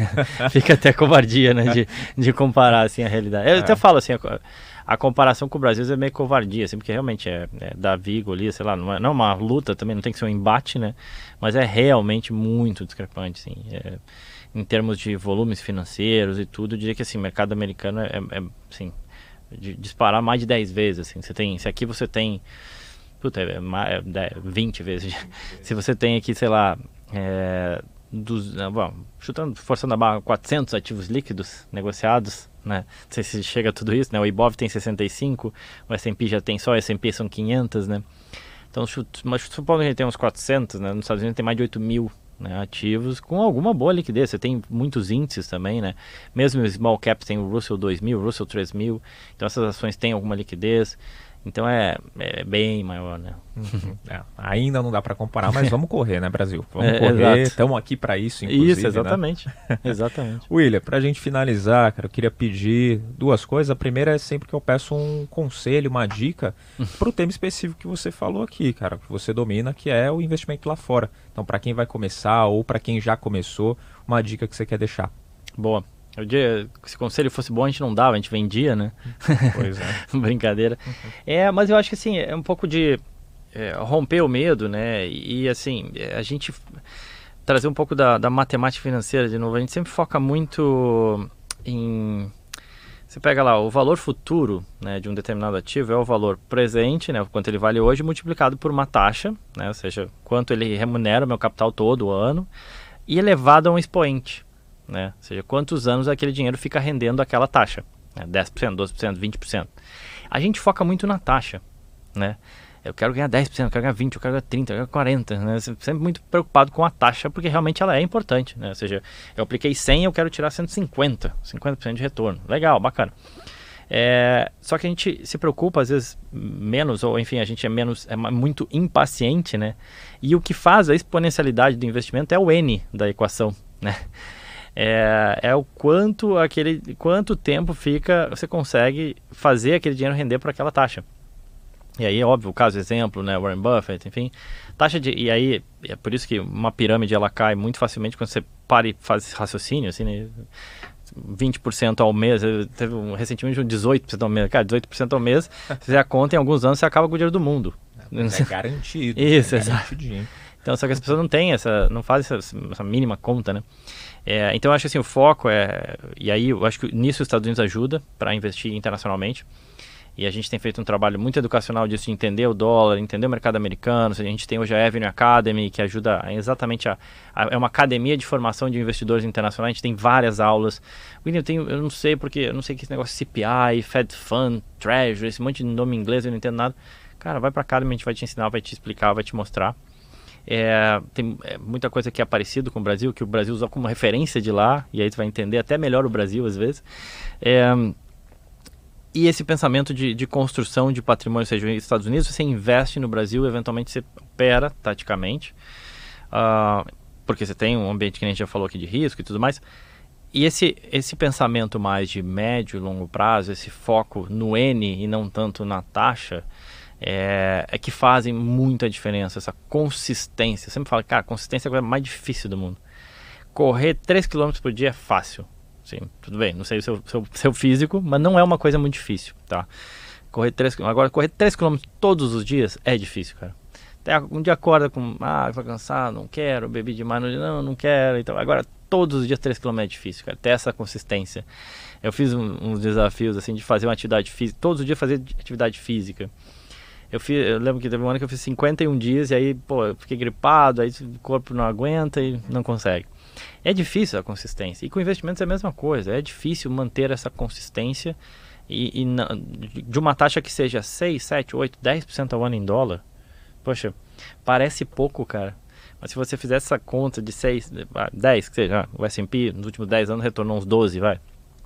fica até covardia, né, de, de comparar, assim, a realidade. Eu é. até falo, assim, a, a comparação com o Brasil é meio covardia, assim, porque realmente é, é Davi, Golias, sei lá, não é, não é uma luta também, não tem que ser um embate, né, mas é realmente muito discrepante, assim, é, em termos de volumes financeiros e tudo. Eu diria que, assim, o mercado americano é, é assim, de disparar mais de dez vezes, assim. Você tem, se aqui você tem... Puta, é, é vinte vezes. Se você tem aqui, sei lá, é, dos, bom, chutando, forçando a barra, quatrocentos ativos líquidos negociados, né? Não sei se chega a tudo isso, né? O Ibov tem sessenta e cinco, o S and P já tem só, o S and P são quinhentos, né? Então, mas supondo que a gente tem uns quatrocentos, né? Nos Estados Unidos tem mais de oito mil, né, ativos com alguma boa liquidez. Você tem muitos índices também, né? Mesmo os small caps tem o Russell dois mil, o Russell três mil, então essas ações têm alguma liquidez. Então é, é bem maior, né? Uhum. É, ainda não dá para comparar, mas vamos correr, né, Brasil? Vamos é, correr, estamos aqui para isso, inclusive. Isso, exatamente. Né? Exatamente. William, para a gente finalizar, cara, eu queria pedir duas coisas. A primeira é sempre que eu peço um conselho, uma dica para o tema específico que você falou aqui, cara, que você domina, que é o investimento lá fora. Então, para quem vai começar ou para quem já começou, uma dica que você quer deixar. Boa. Eu diria, se o conselho fosse bom, a gente não dava, a gente vendia, né? Pois é. Brincadeira. Uhum. É, mas eu acho que, assim, é um pouco de é, romper o medo, né? E, assim, a gente trazer um pouco da, da matemática financeira de novo. A gente sempre foca muito em... Você pega lá, o valor futuro, né, de um determinado ativo é o valor presente, né, quanto ele vale hoje, multiplicado por uma taxa, né, ou seja, quanto ele remunera o meu capital todo o ano, e elevado a um expoente. Né? Ou seja, quantos anos aquele dinheiro fica rendendo aquela taxa, né? dez por cento, doze por cento, vinte por cento. A gente foca muito na taxa, né? Eu quero ganhar dez por cento, eu quero ganhar vinte por cento, eu quero ganhar trinta por cento, eu quero quarenta por cento, né? Sempre muito preocupado com a taxa, porque realmente ela é importante, né? Ou seja, eu apliquei cem, eu quero tirar cento e cinquenta, cinquenta por cento de retorno. Legal, bacana. É, só que a gente se preocupa às vezes menos, ou enfim, a gente é menos, é muito impaciente, né? E o que faz a exponencialidade do investimento é o N da equação, né? É, é o quanto aquele quanto tempo fica você consegue fazer aquele dinheiro render por aquela taxa. E aí, óbvio, o caso exemplo, né, Warren Buffett, enfim, taxa de, e aí é por isso que uma pirâmide ela cai muito facilmente quando você para e faz raciocínio, assim, né? vinte por cento ao mês, teve um, recentemente um dezoito por cento ao mês. Cara, dezoito por cento ao mês, se fizer a conta, em alguns anos você acaba com o dinheiro do mundo. É garantido. Isso, é exato. Então, só que as pessoas não têm essa, não fazem essa, essa mínima conta, né? É, então, eu acho que assim, o foco é... E aí, eu acho que nisso os Estados Unidos ajuda para investir internacionalmente. E a gente tem feito um trabalho muito educacional disso, de entender o dólar, entender o mercado americano. A gente tem hoje a Avenue Academy, que ajuda a, exatamente a, a... É uma academia de formação de investidores internacionais. A gente tem várias aulas. William, eu, tenho, eu não sei porque... Eu não sei que esse negócio C P I, Fed Fund, Treasury, esse monte de nome em inglês, eu não entendo nada. Cara, vai para a Academy, a gente vai te ensinar, vai te explicar, vai te mostrar. É, tem é, muita coisa que é parecido com o Brasil, que o Brasil usa como referência de lá, e aí tu vai entender até melhor o Brasil às vezes. É, e esse pensamento de, de construção de patrimônio, ou seja, nos Estados Unidos você investe no Brasil, eventualmente você opera taticamente, uh, porque você tem um ambiente que a gente já falou aqui de risco e tudo mais. E esse, esse pensamento mais de médio e longo prazo, esse foco no N e não tanto na taxa, É, é que fazem muita diferença, essa consistência. Eu sempre falo, cara, consistência é a coisa mais difícil do mundo. Correr três quilômetros por dia é fácil. Sim, tudo bem, não sei o seu, seu, seu físico, mas não é uma coisa muito difícil, tá? Correr três quilômetros. Agora, correr três quilômetros todos os dias é difícil, cara. Até um dia acorda com, ah, vai cansar, não quero, bebi demais, não, não quero. Então, agora, todos os dias três quilômetros é difícil, cara. Ter essa consistência. Eu fiz um, uns desafios, assim, de fazer uma atividade física, todos os dias fazer atividade física. Eu, fiz, eu lembro que teve um ano que eu fiz cinquenta e um dias e aí, pô, eu fiquei gripado, aí o corpo não aguenta e não consegue. É difícil a consistência. E com investimentos é a mesma coisa. É difícil manter essa consistência e, e na, de uma taxa que seja seis, sete, oito, dez por cento ao ano em dólar. Poxa, parece pouco, cara. Mas se você fizer essa conta de seis, dez, que seja, o S and P nos últimos dez anos retornou uns doze, vai.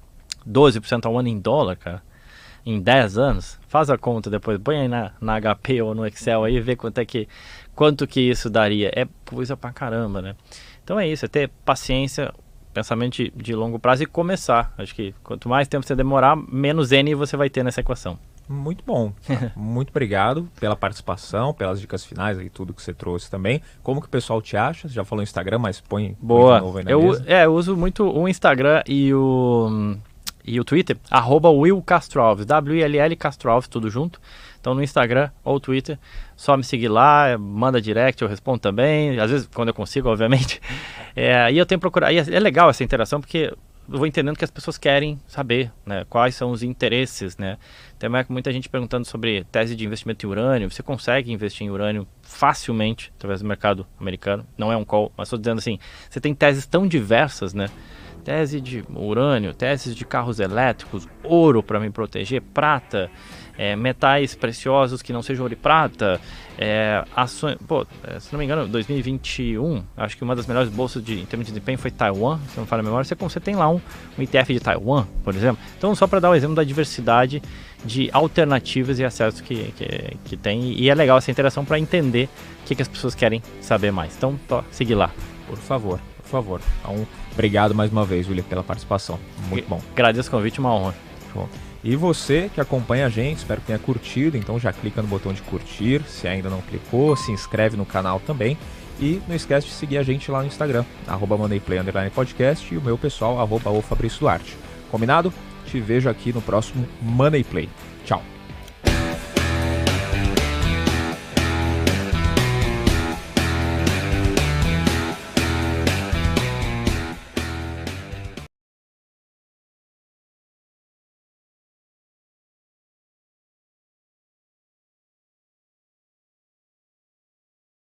doze por cento ao ano em dólar, cara. Em dez anos, faz a conta depois, põe aí na, na H P ou no Excel aí e vê quanto, é que, quanto que isso daria. É coisa pra caramba, né? Então é isso, é ter paciência, pensamento de, de longo prazo e começar. Acho que quanto mais tempo você demorar, menos N você vai ter nessa equação. Muito bom. Muito obrigado pela participação, pelas dicas finais e tudo que você trouxe também. Como que o pessoal te acha? Você já falou no Instagram, mas põe, Boa. põe de novo aí na eu, mesa. É, eu uso muito o Instagram e o... E o Twitter, arroba Will Castro Alves, W I L L Castro Alves, tudo junto. Então no Instagram ou Twitter, só me seguir lá, manda direct, eu respondo também. Às vezes, quando eu consigo, obviamente. É, e eu tenho procurado, e é legal essa interação, porque eu vou entendendo que as pessoas querem saber, né, quais são os interesses, né. Tem muita gente perguntando sobre tese de investimento em urânio. Você consegue investir em urânio facilmente através do mercado americano. Não é um call, mas estou dizendo assim, você tem teses tão diversas, né. Tese de urânio, teses de carros elétricos, ouro para me proteger, prata, é, metais preciosos que não sejam ouro e prata, é, ações, pô, se não me engano, dois mil e vinte e um, acho que uma das melhores bolsas de, em termos de desempenho foi Taiwan, se não me falha a memória. Você, você tem lá um, um E T F de Taiwan, por exemplo. Então, só para dar um exemplo da diversidade de alternativas e acessos que, que, que tem, e é legal essa interação para entender o que, que as pessoas querem saber mais. Então, tô, seguir lá. Por favor, por favor. Então, obrigado mais uma vez, William, pela participação. Muito bom. Agradeço o convite, uma honra. Bom. E você que acompanha a gente, espero que tenha curtido, então já clica no botão de curtir, se ainda não clicou, se inscreve no canal também. E não esquece de seguir a gente lá no Instagram, arroba moneyplay underline podcast, e o meu pessoal, arroba o Fabrício Duarte. Combinado? Te vejo aqui no próximo Money Play. Tchau!